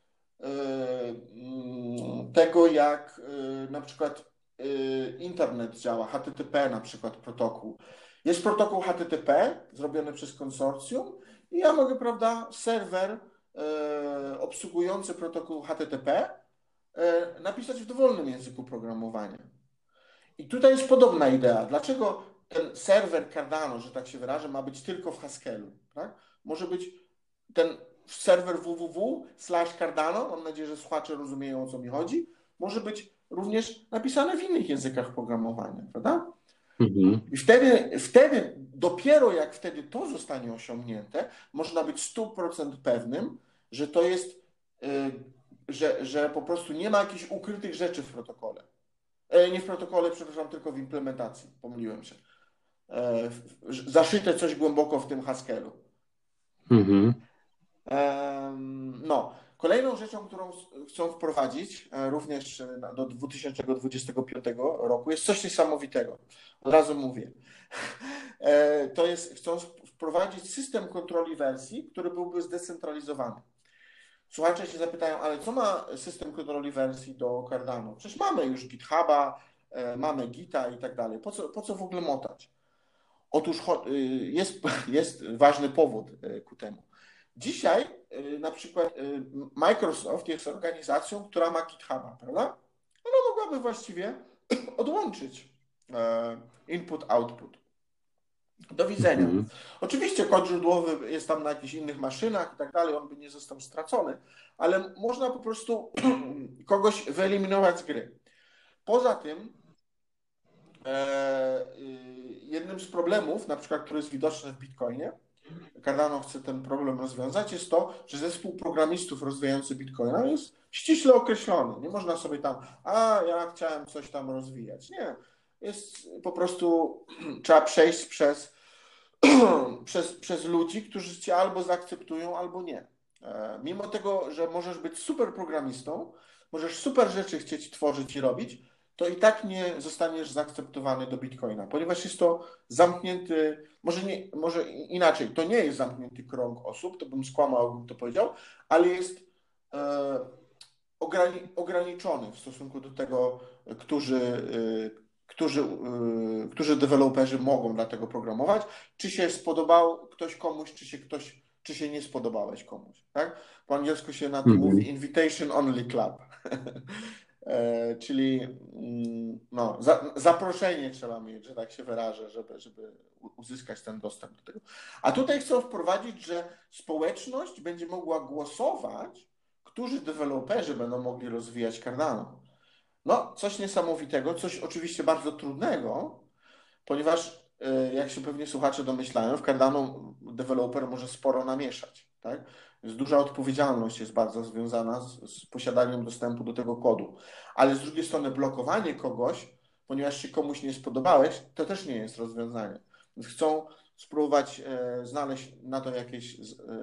tego, jak na przykład internet działa, HTTP na przykład protokół. Jest protokół HTTP zrobiony przez konsorcjum i ja mogę, prawda, serwer obsługujący protokół HTTP napisać w dowolnym języku programowania. I tutaj jest podobna idea. Dlaczego ten serwer Cardano, że tak się wyrażę, ma być tylko w Haskellu? Tak? Może być ten serwer www/Cardano, mam nadzieję, że słuchacze rozumieją, o co mi chodzi, może być również napisane w innych językach programowania, prawda? I wtedy, dopiero jak wtedy to zostanie osiągnięte, można być 100% pewnym, że to jest, że po prostu nie ma jakichś ukrytych rzeczy w protokole. Nie w protokole, przepraszam, tylko w implementacji. Pomyliłem się. Zaszyte coś głęboko w tym Haskellu. No. Kolejną rzeczą, którą chcą wprowadzić również do 2025 roku jest coś niesamowitego. Od razu mówię. To jest, chcą wprowadzić system kontroli wersji, który byłby zdecentralizowany. Słuchacze się zapytają, ale co ma system kontroli wersji do Cardano? Przecież mamy już GitHuba, mamy Gita i tak dalej. Po co w ogóle motać? Otóż jest ważny powód ku temu. Dzisiaj na przykład Microsoft jest organizacją, która ma GitHuba, prawda? Ona mogłaby właściwie odłączyć input-output. Do widzenia. Oczywiście kod źródłowy jest tam na jakichś innych maszynach i tak dalej, on by nie został stracony, ale można po prostu kogoś wyeliminować z gry. Poza tym jednym z problemów, na przykład, który jest widoczny w Bitcoinie, Cardano chce ten problem rozwiązać, jest to, że zespół programistów rozwijający Bitcoina jest ściśle określony. Nie można sobie tam, ja chciałem coś tam rozwijać. Nie. Jest po prostu, trzeba przejść przez ludzi, którzy cię albo zaakceptują, albo nie. Mimo tego, że możesz być super programistą, możesz super rzeczy chcieć tworzyć i robić, to i tak nie zostaniesz zaakceptowany do Bitcoina, ponieważ jest to zamknięty, może inaczej, to nie jest zamknięty krąg osób, to bym skłamał, jakbym to powiedział, ale jest ograniczony w stosunku do tego, którzy deweloperzy mogą dla tego programować, czy się spodobał ktoś komuś, czy się nie spodobałeś komuś. Tak? Po angielsku się na tym mówi Invitation Only Club. Czyli zaproszenie trzeba mieć, że tak się wyrażę, żeby uzyskać ten dostęp do tego. A tutaj chcą wprowadzić, że społeczność będzie mogła głosować, którzy deweloperzy będą mogli rozwijać Cardano. No, coś niesamowitego, coś oczywiście bardzo trudnego, ponieważ jak się pewnie słuchacze domyślają, w Cardano deweloper może sporo namieszać. Tak? Jest duża odpowiedzialność, jest bardzo związana z posiadaniem dostępu do tego kodu. Ale z drugiej strony blokowanie kogoś, ponieważ się komuś nie spodobałeś, to też nie jest rozwiązanie. Więc chcą spróbować znaleźć na to jakieś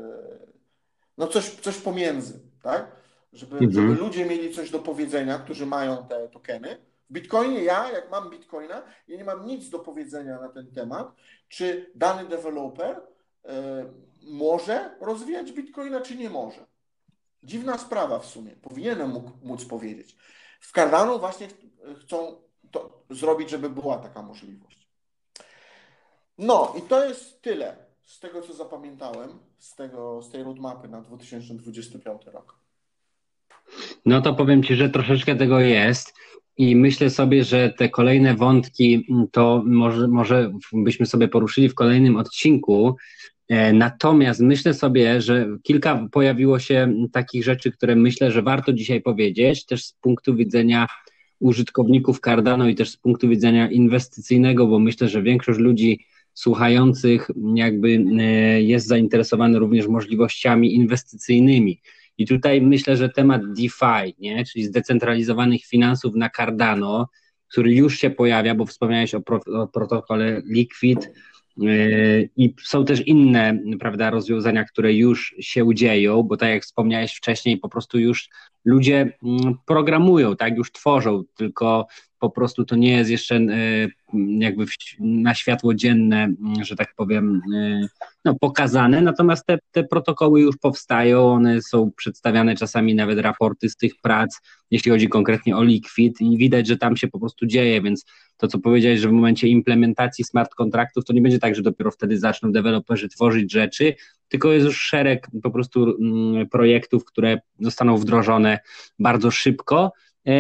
coś pomiędzy, tak? Żeby ludzie mieli coś do powiedzenia, którzy mają te tokeny. W Bitcoinie jak mam Bitcoina, ja nie mam nic do powiedzenia na ten temat, czy dany deweloper może rozwijać Bitcoina, czy nie może. Dziwna sprawa w sumie. Powinienem móc powiedzieć. W Cardano właśnie chcą to zrobić, żeby była taka możliwość. No i to jest tyle z tego, co zapamiętałem, z tej roadmapy na 2025 rok. No to powiem Ci, że troszeczkę tego jest i myślę sobie, że te kolejne wątki to może byśmy sobie poruszyli w kolejnym odcinku. Natomiast myślę sobie, że kilka pojawiło się takich rzeczy, które myślę, że warto dzisiaj powiedzieć, też z punktu widzenia użytkowników Cardano i też z punktu widzenia inwestycyjnego, bo myślę, że większość ludzi słuchających jakby jest zainteresowany również możliwościami inwestycyjnymi. I tutaj myślę, że temat DeFi, nie? Czyli zdecentralizowanych finansów na Cardano, który już się pojawia, bo wspomniałeś o protokole Liquid, I są też inne, prawda, rozwiązania, które już się dzieją, bo tak jak wspomniałeś wcześniej, po prostu już ludzie programują, tak, już tworzą, tylko po prostu to nie jest jeszcze jakby na światło dzienne, że tak powiem, no, pokazane, natomiast te protokoły już powstają, one są przedstawiane czasami nawet raporty z tych prac, jeśli chodzi konkretnie o Liquid i widać, że tam się po prostu dzieje, więc to, co powiedziałeś, że w momencie implementacji smart kontraktów, to nie będzie tak, że dopiero wtedy zaczną deweloperzy tworzyć rzeczy, tylko jest już szereg po prostu projektów, które zostaną wdrożone bardzo szybko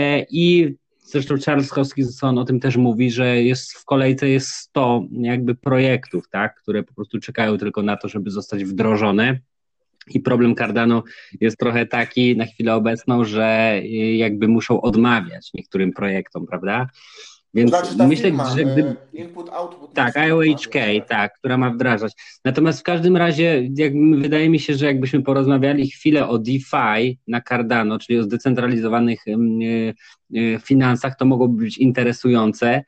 i zresztą Charles Hoskinson o tym też mówi, że jest w kolejce jest 100 jakby projektów, tak, które po prostu czekają tylko na to, żeby zostać wdrożone. I problem Cardano jest trochę taki na chwilę obecną, że jakby muszą odmawiać niektórym projektom, prawda? Więc znaczy ta myślę, firma, że gdyby... Input Output Tak, Machine IOHK, Hardware, tak, która ma wdrażać. Natomiast w każdym razie wydaje mi się, że jakbyśmy porozmawiali chwilę o DeFi na Cardano, czyli o zdecentralizowanych finansach, to mogłoby być interesujące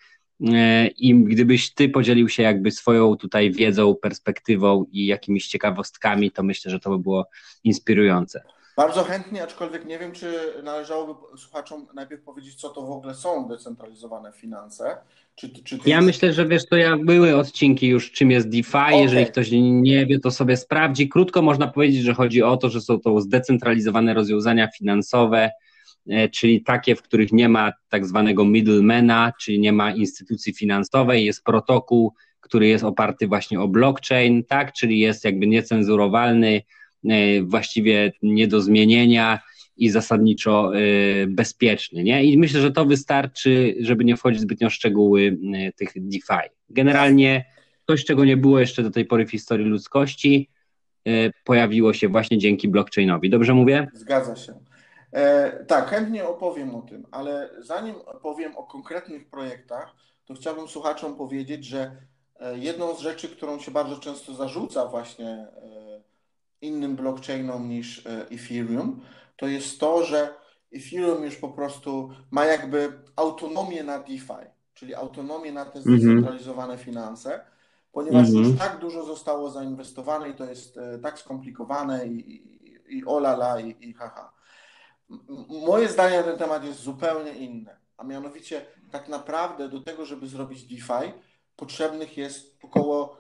i gdybyś ty podzielił się jakby swoją tutaj wiedzą, perspektywą i jakimiś ciekawostkami, to myślę, że to by było inspirujące. Bardzo chętnie, aczkolwiek nie wiem, czy należałoby słuchaczom najpierw powiedzieć, co to w ogóle są decentralizowane finanse. Czy ty Ja już... myślę, że wiesz, to były odcinki już, czym jest DeFi. Jeżeli ktoś nie wie, to sobie sprawdzi. Krótko można powiedzieć, że chodzi o to, że są to zdecentralizowane rozwiązania finansowe, czyli takie, w których nie ma tak zwanego middlemana, czyli nie ma instytucji finansowej, jest protokół, który jest oparty właśnie o blockchain, tak, czyli jest jakby niecenzurowalny, właściwie nie do zmienienia i zasadniczo bezpieczny, nie? I myślę, że to wystarczy, żeby nie wchodzić zbytnio w szczegóły tych DeFi. Generalnie coś, czego nie było jeszcze do tej pory w historii ludzkości, pojawiło się właśnie dzięki blockchainowi. Dobrze mówię? Zgadza się. Tak, chętnie opowiem o tym, ale zanim powiem o konkretnych projektach, to chciałbym słuchaczom powiedzieć, że jedną z rzeczy, którą się bardzo często zarzuca właśnie innym blockchainom niż Ethereum, to jest to, że Ethereum już po prostu ma jakby autonomię na DeFi, czyli autonomię na te zdecentralizowane finanse, ponieważ już tak dużo zostało zainwestowane i to jest tak skomplikowane i olala i haha. Moje zdanie na ten temat jest zupełnie inne, a mianowicie tak naprawdę do tego, żeby zrobić DeFi, potrzebnych jest około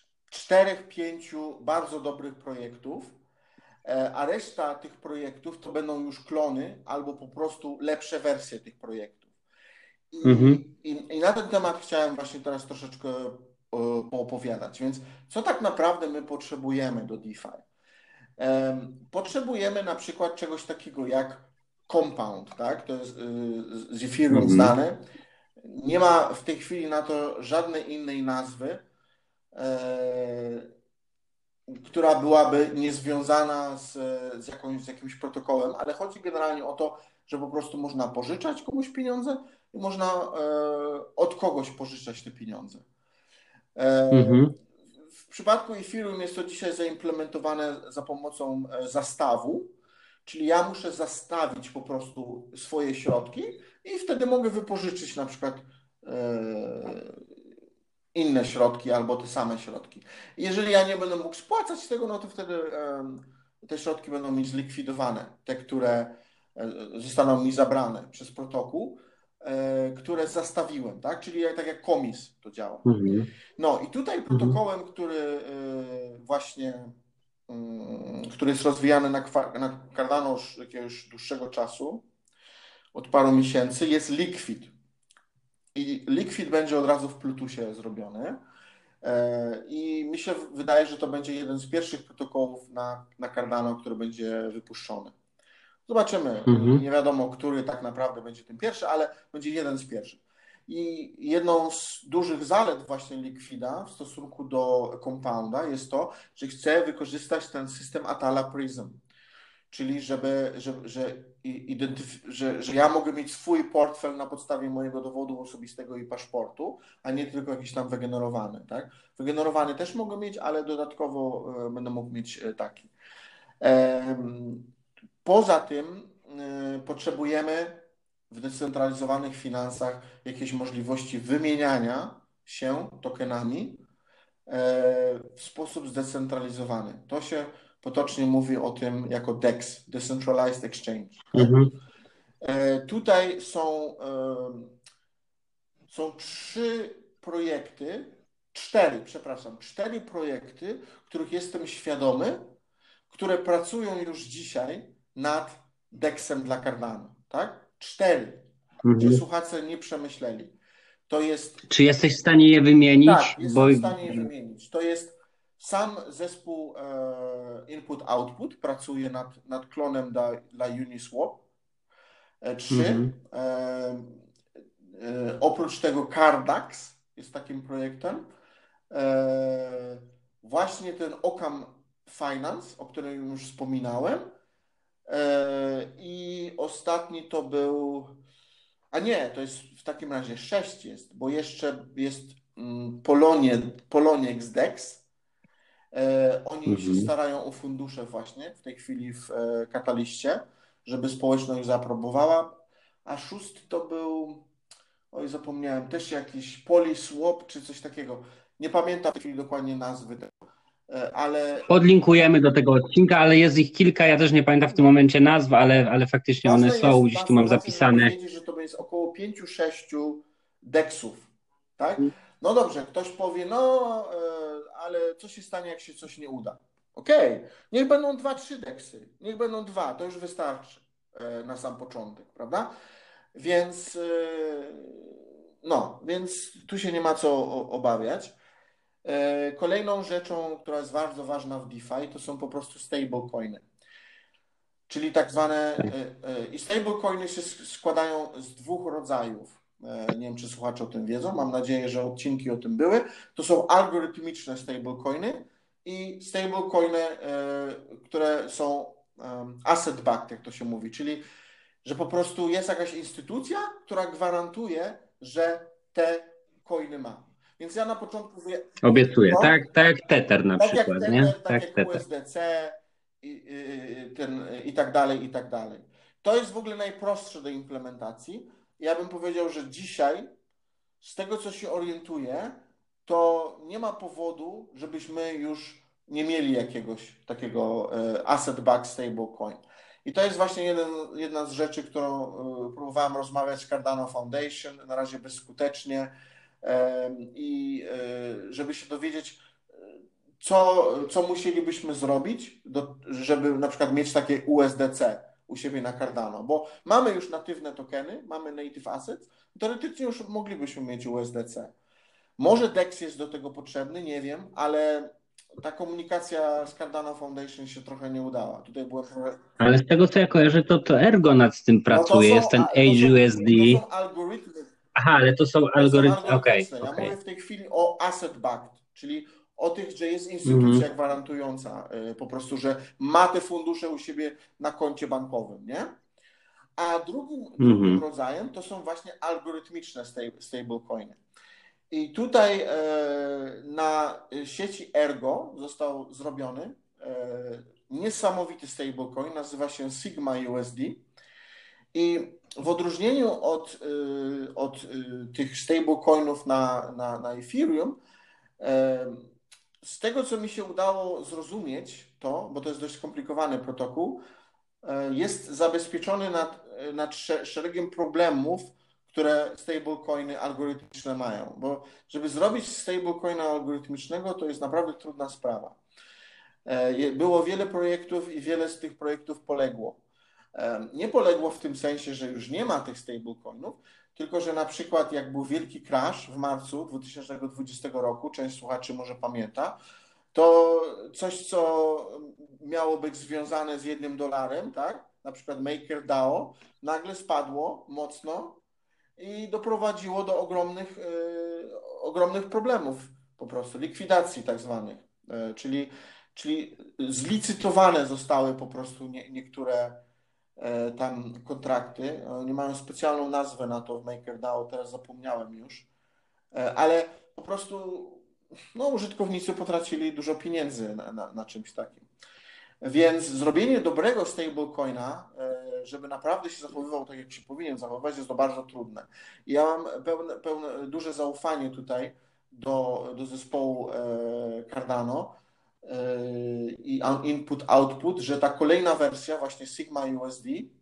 4-5 bardzo dobrych projektów, a reszta tych projektów to będą już klony albo po prostu lepsze wersje tych projektów. I na ten temat chciałem właśnie teraz troszeczkę poopowiadać. Więc co tak naprawdę my potrzebujemy do DeFi? Potrzebujemy na przykład czegoś takiego jak Compound, tak? To jest z Ethereum znane. Nie ma w tej chwili na to żadnej innej nazwy, która byłaby niezwiązana z jakimś protokołem, ale chodzi generalnie o to, że po prostu można pożyczać komuś pieniądze i można od kogoś pożyczać te pieniądze. W przypadku Ethereum jest to dzisiaj zaimplementowane za pomocą zastawu, czyli ja muszę zastawić po prostu swoje środki i wtedy mogę wypożyczyć na przykład inne środki albo te same środki. Jeżeli ja nie będę mógł spłacać tego, no to wtedy te środki będą mi zlikwidowane, te, które zostaną mi zabrane przez protokół, które zastawiłem, tak? Czyli tak jak komis to działa. No i tutaj protokołem, który właśnie, który jest rozwijany na Cardano już jakiegoś dłuższego czasu, od paru miesięcy, jest Liquid. I Liquid będzie od razu w Plutusie zrobiony. I mi się wydaje, że to będzie jeden z pierwszych protokołów na Cardano, który będzie wypuszczony. Zobaczymy. Nie wiadomo, który tak naprawdę będzie tym pierwszy, ale będzie jeden z pierwszych. I jedną z dużych zalet właśnie Liquida w stosunku do Compounda jest to, że chce wykorzystać ten system Atala Prism. Czyli że ja mogę mieć swój portfel na podstawie mojego dowodu osobistego i paszportu, a nie tylko jakiś tam wygenerowany. Tak? Wygenerowany też mogę mieć, ale dodatkowo będę mógł mieć taki. Poza tym potrzebujemy w zdecentralizowanych finansach jakieś możliwości wymieniania się tokenami w sposób zdecentralizowany. To się potocznie mówi o tym jako DEX, Decentralized Exchange. Mhm. Tutaj są cztery projekty, których jestem świadomy, które pracują już dzisiaj nad DEX-em dla Cardano. Tak? 4. Czy słuchacze nie przemyśleli. To jest... Czy jesteś w stanie je wymienić? Tak, jestem w stanie je wymienić. To jest sam zespół Input-Output, pracuje nad klonem dla Uniswap. 3. Oprócz tego Cardax jest takim projektem. Właśnie ten Occam Finance, o którym już wspominałem. I ostatni to był... A nie, to jest w takim razie 6 jest, bo jeszcze jest Poloniex DEX. Oni się starają o fundusze właśnie w tej chwili w Kataliście, żeby społeczność zaaprobowała. A 6 to był, oj zapomniałem, też jakiś Poliswap czy coś takiego. Nie pamiętam w tej chwili dokładnie nazwy tego, ale... Podlinkujemy do tego odcinka, ale jest ich kilka, ja też nie pamiętam w tym momencie nazw, ale faktycznie one są, gdzieś tu mam zapisane. Żeby wiedzieć, że to jest około 5-6 DEX-ów, tak? No dobrze, ktoś powie, ale co się stanie, jak się coś nie uda? Okej, niech będą 2-3 DEX-y, niech będą 2, to już wystarczy na sam początek, prawda? Więc więc tu się nie ma co obawiać. Kolejną rzeczą, która jest bardzo ważna w DeFi, to są po prostu stablecoiny. Czyli tak zwane... I stablecoiny się składają z 2 rodzajów. Nie wiem, czy słuchacze o tym wiedzą. Mam nadzieję, że odcinki o tym były. To są algorytmiczne stablecoiny i stablecoiny, które są asset-backed, jak to się mówi. Czyli, że po prostu jest jakaś instytucja, która gwarantuje, że te coiny ma. Więc ja na początku... Obiecuję, tak jak Tether na przykład, jak Tether, nie? Tak jak USDC i tak dalej, i tak dalej. To jest w ogóle najprostsze do implementacji. Ja bym powiedział, że dzisiaj, z tego co się orientuję, to nie ma powodu, żebyśmy już nie mieli jakiegoś takiego asset-backed stablecoin. I to jest właśnie jedna z rzeczy, którą próbowałem rozmawiać z Cardano Foundation, na razie bezskutecznie, i żeby się dowiedzieć, co musielibyśmy zrobić, żeby na przykład mieć takie USDC u siebie na Cardano, bo mamy już natywne tokeny, mamy native assets, teoretycznie już moglibyśmy mieć USDC. Może DEX jest do tego potrzebny, nie wiem, ale ta komunikacja z Cardano Foundation się trochę nie udała. Tutaj było trochę... Ale z tego co ja kojarzę, to Ergo nad tym pracuje, jest ten AgeUSD. To są algorytmy. Aha, ale to są algorytmy. Okay. Ja mówię w tej chwili o asset-backed, czyli o tych, że jest instytucja gwarantująca po prostu, że ma te fundusze u siebie na koncie bankowym, nie? A drugim rodzajem to są właśnie algorytmiczne stablecoiny. I tutaj na sieci Ergo został zrobiony niesamowity stablecoin, nazywa się Sigma USD. I w odróżnieniu od tych stablecoinów na Ethereum, z tego, co mi się udało zrozumieć, bo to jest dość skomplikowany protokół, jest zabezpieczony nad szeregiem problemów, które stablecoiny algorytmiczne mają. Bo żeby zrobić stablecoina algorytmicznego, to jest naprawdę trudna sprawa. Było wiele projektów i wiele z tych projektów poległo. Nie poległo w tym sensie, że już nie ma tych stablecoinów, tylko że na przykład jak był wielki crash w marcu 2020 roku, część słuchaczy może pamięta, to coś, co miało być związane z $1, tak? Na przykład MakerDAO, nagle spadło mocno i doprowadziło do ogromnych problemów, po prostu likwidacji tak zwanych, czyli zlicytowane zostały po prostu niektóre tam kontrakty. Oni mają specjalną nazwę na to w MakerDAO, teraz zapomniałem już, ale po prostu użytkownicy potracili dużo pieniędzy na czymś takim. Więc zrobienie dobrego stablecoina, żeby naprawdę się zachowywał tak, jak się powinien zachowywać, jest to bardzo trudne. I ja mam duże zaufanie tutaj do zespołu Cardano i input-output, że ta kolejna wersja, właśnie Sigma USD,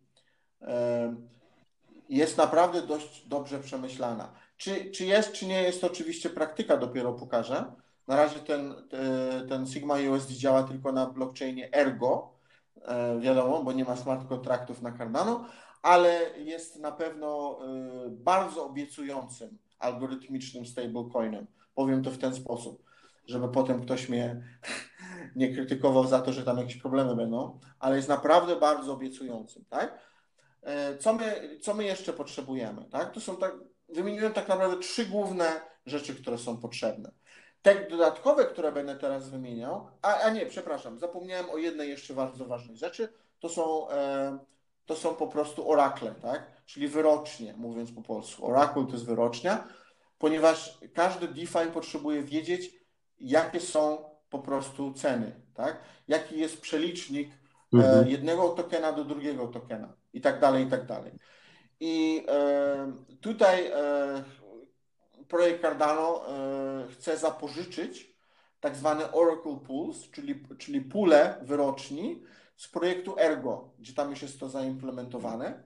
jest naprawdę dość dobrze przemyślana. Czy jest, czy nie jest, to oczywiście praktyka dopiero pokaże. Na razie ten Sigma USD działa tylko na blockchainie Ergo, wiadomo, bo nie ma smart kontraktów na Cardano, ale jest na pewno bardzo obiecującym algorytmicznym stablecoinem. Powiem to w ten sposób, żeby potem ktoś mnie nie krytykował za to, że tam jakieś problemy będą, ale jest naprawdę bardzo obiecującym, tak? Co my jeszcze potrzebujemy, tak? Wymieniłem tak naprawdę 3 główne rzeczy, które są potrzebne. Te dodatkowe, które będę teraz wymieniał, przepraszam, zapomniałem o jednej jeszcze bardzo ważnej rzeczy, to są po prostu orakle, tak? Czyli wyrocznie, mówiąc po polsku. Oracle to jest wyrocznia, ponieważ każdy DeFi potrzebuje wiedzieć, jakie są po prostu ceny, tak? Jaki jest przelicznik jednego tokena do drugiego tokena i tak dalej, i tak dalej. I tutaj projekt Cardano chce zapożyczyć tak zwane Oracle Pools, czyli pule wyroczni z projektu Ergo, gdzie tam już jest to zaimplementowane.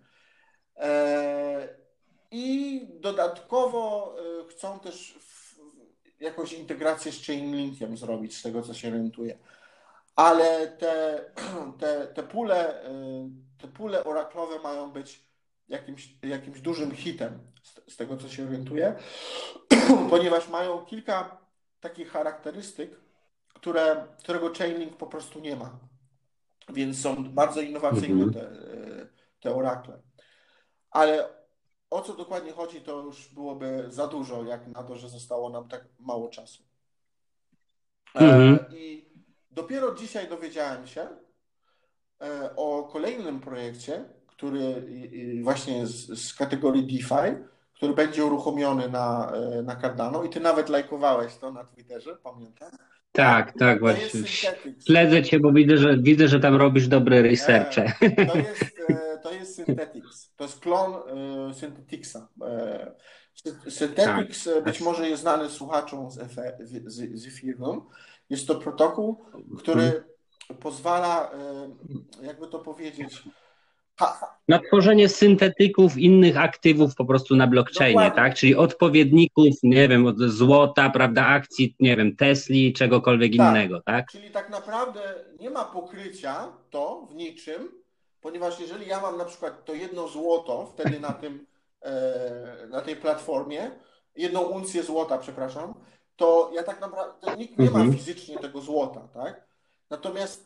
I dodatkowo chcą też jakąś integrację z Chainlinkiem zrobić, z tego co się orientuje. Ale te pule oraklowe mają być jakimś dużym hitem, z tego co się orientuję, ponieważ mają kilka takich charakterystyk, którego Chainlink po prostu nie ma. Więc są bardzo innowacyjne te orakle. Ale o co dokładnie chodzi, to już byłoby za dużo, jak na to, że zostało nam tak mało czasu. I dopiero dzisiaj dowiedziałem się o kolejnym projekcie, który właśnie jest z kategorii DeFi, który będzie uruchomiony na Cardano i ty nawet lajkowałeś to na Twitterze, pamiętam? Tak, właśnie. Śledzę cię, bo widzę, że tam robisz dobre researche. To jest Synthetix. To jest klon Synthetixa. Synthetix być może jest znany słuchaczom z Ethereum. Jest to protokół, który pozwala, jakby to powiedzieć, na tworzenie syntetyków innych aktywów po prostu na blockchainie, dokładnie. Tak? Czyli odpowiedników, nie wiem, od złota, prawda, akcji, nie wiem, Tesli, czegokolwiek innego, tak? Czyli tak naprawdę nie ma pokrycia to w niczym, ponieważ jeżeli ja mam na przykład to jedno złoto wtedy na tej platformie, jedną uncję złota, przepraszam, to ja tak naprawdę, nikt nie ma fizycznie tego złota, tak? Natomiast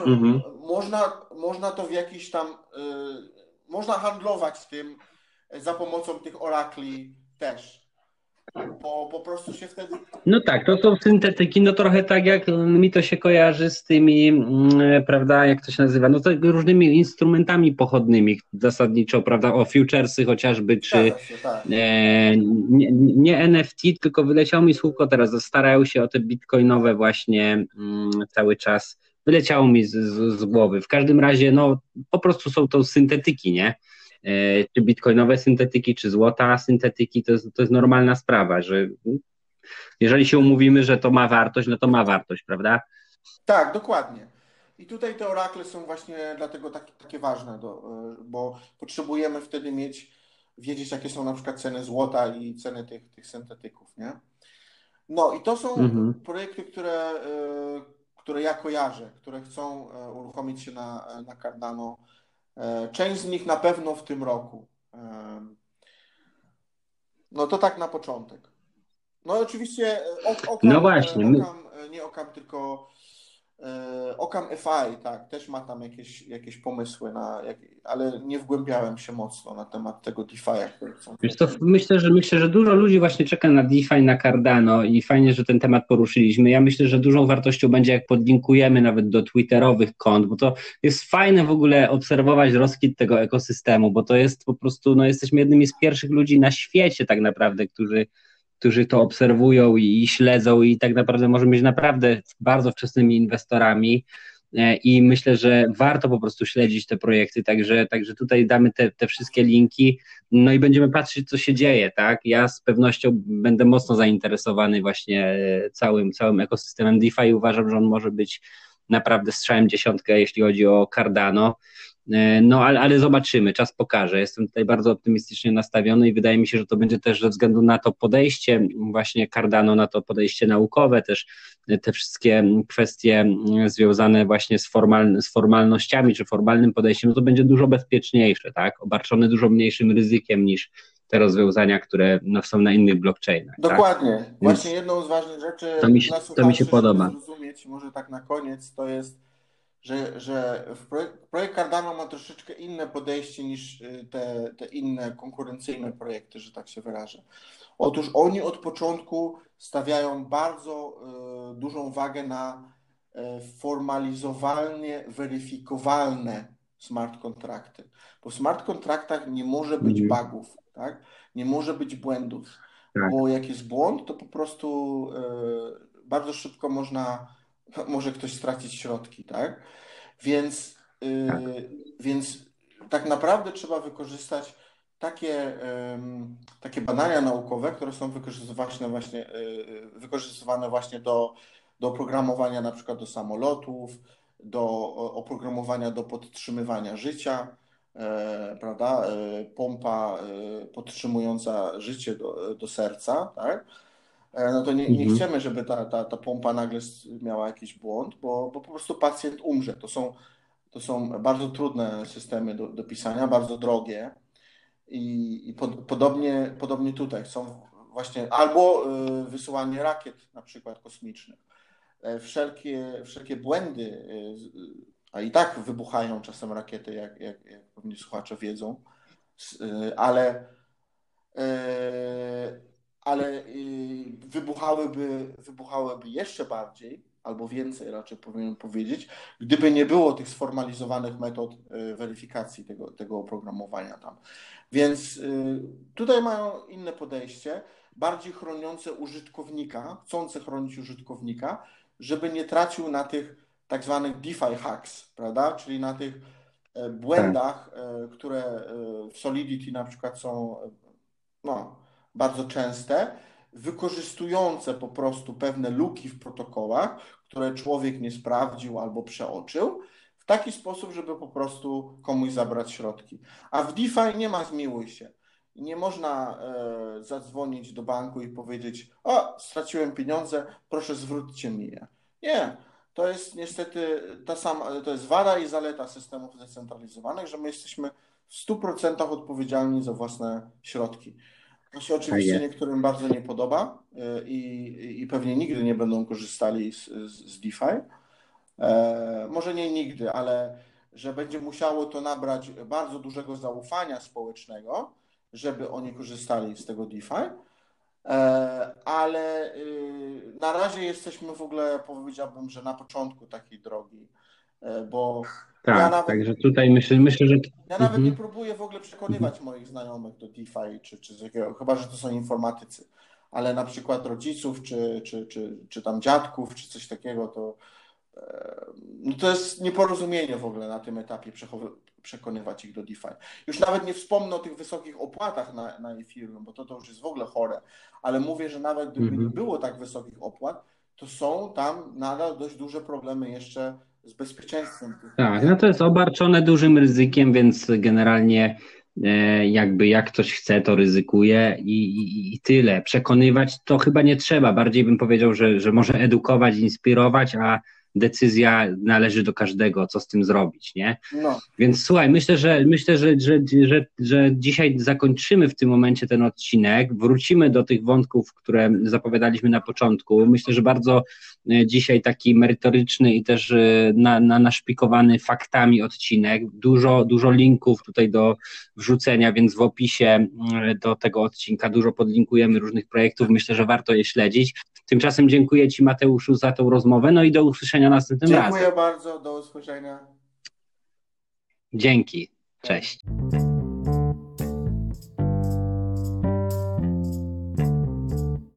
można to w jakiś tam, można handlować tym za pomocą tych orakli też, bo po prostu się wtedy... No tak, to są syntetyki, no trochę tak jak mi to się kojarzy z tymi, prawda, jak to się nazywa, no to różnymi instrumentami pochodnymi zasadniczo, prawda, o futuresy chociażby, czy tak. nie NFT, tylko wyleciało mi słówko teraz, starają się o te bitcoinowe właśnie cały czjest, wyleciało mi z głowy. W każdym razie, no po prostu są to syntetyki, nie? Czy bitcoinowe syntetyki, czy złota syntetyki, to jest normalna sprawa, że jeżeli się umówimy, że to ma wartość, no to ma wartość, prawda? Tak, dokładnie. I tutaj te orakle są właśnie dlatego takie ważne, bo potrzebujemy wtedy wiedzieć, jakie są na przykład ceny złota i ceny tych syntetyków, nie? No i to są projekty, które ja kojarzę, które chcą uruchomić się na Cardano. Część z nich na pewno w tym roku. No to tak na początek. No i oczywiście nie Okam, tylko Okam FI, tak, też ma tam jakieś pomysły, ale nie wgłębiałem się mocno na temat tego DeFi'a, który chcą. Wiesz co, myślę, że dużo ludzi właśnie czeka na DeFi, na Cardano i fajnie, że ten temat poruszyliśmy. Ja myślę, że dużą wartością będzie, jak podlinkujemy nawet do twitterowych kont, bo to jest fajne w ogóle obserwować rozkwit tego ekosystemu, bo to jest po prostu, no jesteśmy jednymi z pierwszych ludzi na świecie tak naprawdę, którzy to obserwują i śledzą i tak naprawdę możemy być naprawdę bardzo wczesnymi inwestorami. i myślę, że warto po prostu śledzić te projekty, także tutaj damy te wszystkie linki, no i będziemy patrzeć, co się dzieje, tak? Ja z pewnością będę mocno zainteresowany właśnie całym ekosystemem DeFi i uważam, że on może być naprawdę strzałem dziesiątkę, jeśli chodzi o Cardano. No, ale zobaczymy, czas pokaże. Jestem tutaj bardzo optymistycznie nastawiony i wydaje mi się, że to będzie też ze względu na to podejście właśnie Cardano, na to podejście naukowe, też te wszystkie kwestie związane właśnie z formalnościami czy formalnym podejściem, no to będzie dużo bezpieczniejsze, tak? Obarczone dużo mniejszym ryzykiem niż te rozwiązania, które są na innych blockchainach. Dokładnie. Tak? Właśnie jedną z ważnych rzeczy dla słuchaczy, to mi się podoba. żeby zrozumieć, może tak na koniec, to jest, że projekt Cardano ma troszeczkę inne podejście niż te inne konkurencyjne projekty, że tak się wyrażę. Otóż oni od początku stawiają bardzo dużą wagę na formalizowalnie weryfikowalne smart kontrakty. Bo w smart kontraktach nie może być bugów, tak? Nie może być błędów, bo jak jest błąd, to po prostu bardzo szybko może ktoś stracić środki, tak? Więc tak naprawdę trzeba wykorzystać takie badania naukowe, które są wykorzystywane właśnie do oprogramowania na przykład do samolotów, do oprogramowania do podtrzymywania życia, prawda? Pompa podtrzymująca życie do serca, tak? No to nie chcemy, żeby ta pompa nagle miała jakiś błąd, bo po prostu pacjent umrze. To są bardzo trudne systemy do pisania, bardzo drogie i podobnie tutaj są właśnie albo wysyłanie rakiet na przykład kosmicznych. Wszelkie błędy, a i tak wybuchają czasem rakiety, jak pewnie słuchacze wiedzą, ale wybuchałyby jeszcze bardziej, albo więcej raczej powinien powiedzieć, gdyby nie było tych sformalizowanych metod weryfikacji tego oprogramowania tam. Więc tutaj mają inne podejście, bardziej chroniące użytkownika, chcące chronić użytkownika, żeby nie tracił na tych tak zwanych DeFi hacks, prawda? Czyli na tych błędach, które w Solidity na przykład są bardzo częste, wykorzystujące po prostu pewne luki w protokołach, które człowiek nie sprawdził albo przeoczył, w taki sposób, żeby po prostu komuś zabrać środki. A w DeFi nie ma zmiłuj się. Nie można zadzwonić do banku i powiedzieć: o, straciłem pieniądze, proszę zwróćcie mi je. Nie. To jest niestety to jest wada i zaleta systemów zdecentralizowanych, że my jesteśmy w 100% odpowiedzialni za własne środki. To się oczywiście niektórym bardzo nie podoba i pewnie nigdy nie będą korzystali z DeFi. Może nie nigdy, ale że będzie musiało to nabrać bardzo dużego zaufania społecznego, żeby oni korzystali z tego DeFi. Ale na razie jesteśmy w ogóle, powiedziałbym, że na początku takiej drogi, bo także tutaj myślę, że... Ja nawet nie próbuję w ogóle przekonywać moich znajomych do DeFi, czy takiego, chyba że to są informatycy, ale na przykład rodziców, czy tam dziadków, czy coś takiego, to jest nieporozumienie w ogóle na tym etapie przekonywać ich do DeFi. Już nawet nie wspomnę o tych wysokich opłatach na Ethereum, bo to już jest w ogóle chore, ale mówię, że nawet gdyby nie było tak wysokich opłat, to są tam nadal dość duże problemy jeszcze z bezpieczeństwem. Tak, no to jest obarczone dużym ryzykiem, więc generalnie jakby jak ktoś chce, to ryzykuje i tyle. Przekonywać to chyba nie trzeba. Bardziej bym powiedział, że może edukować, inspirować, a decyzja należy do każdego, co z tym zrobić, nie? No. Więc słuchaj, myślę, że dzisiaj zakończymy w tym momencie ten odcinek, wrócimy do tych wątków, które zapowiadaliśmy na początku. Myślę, że bardzo dzisiaj taki merytoryczny i też naszpikowany faktami odcinek. Dużo linków tutaj do wrzucenia, więc w opisie do tego odcinka dużo podlinkujemy różnych projektów. Myślę, że warto je śledzić. Tymczasem dziękuję Ci, Mateuszu, za tą rozmowę, no i do usłyszenia następnym razem. Dziękuję bardzo, do usłyszenia. Dzięki, cześć.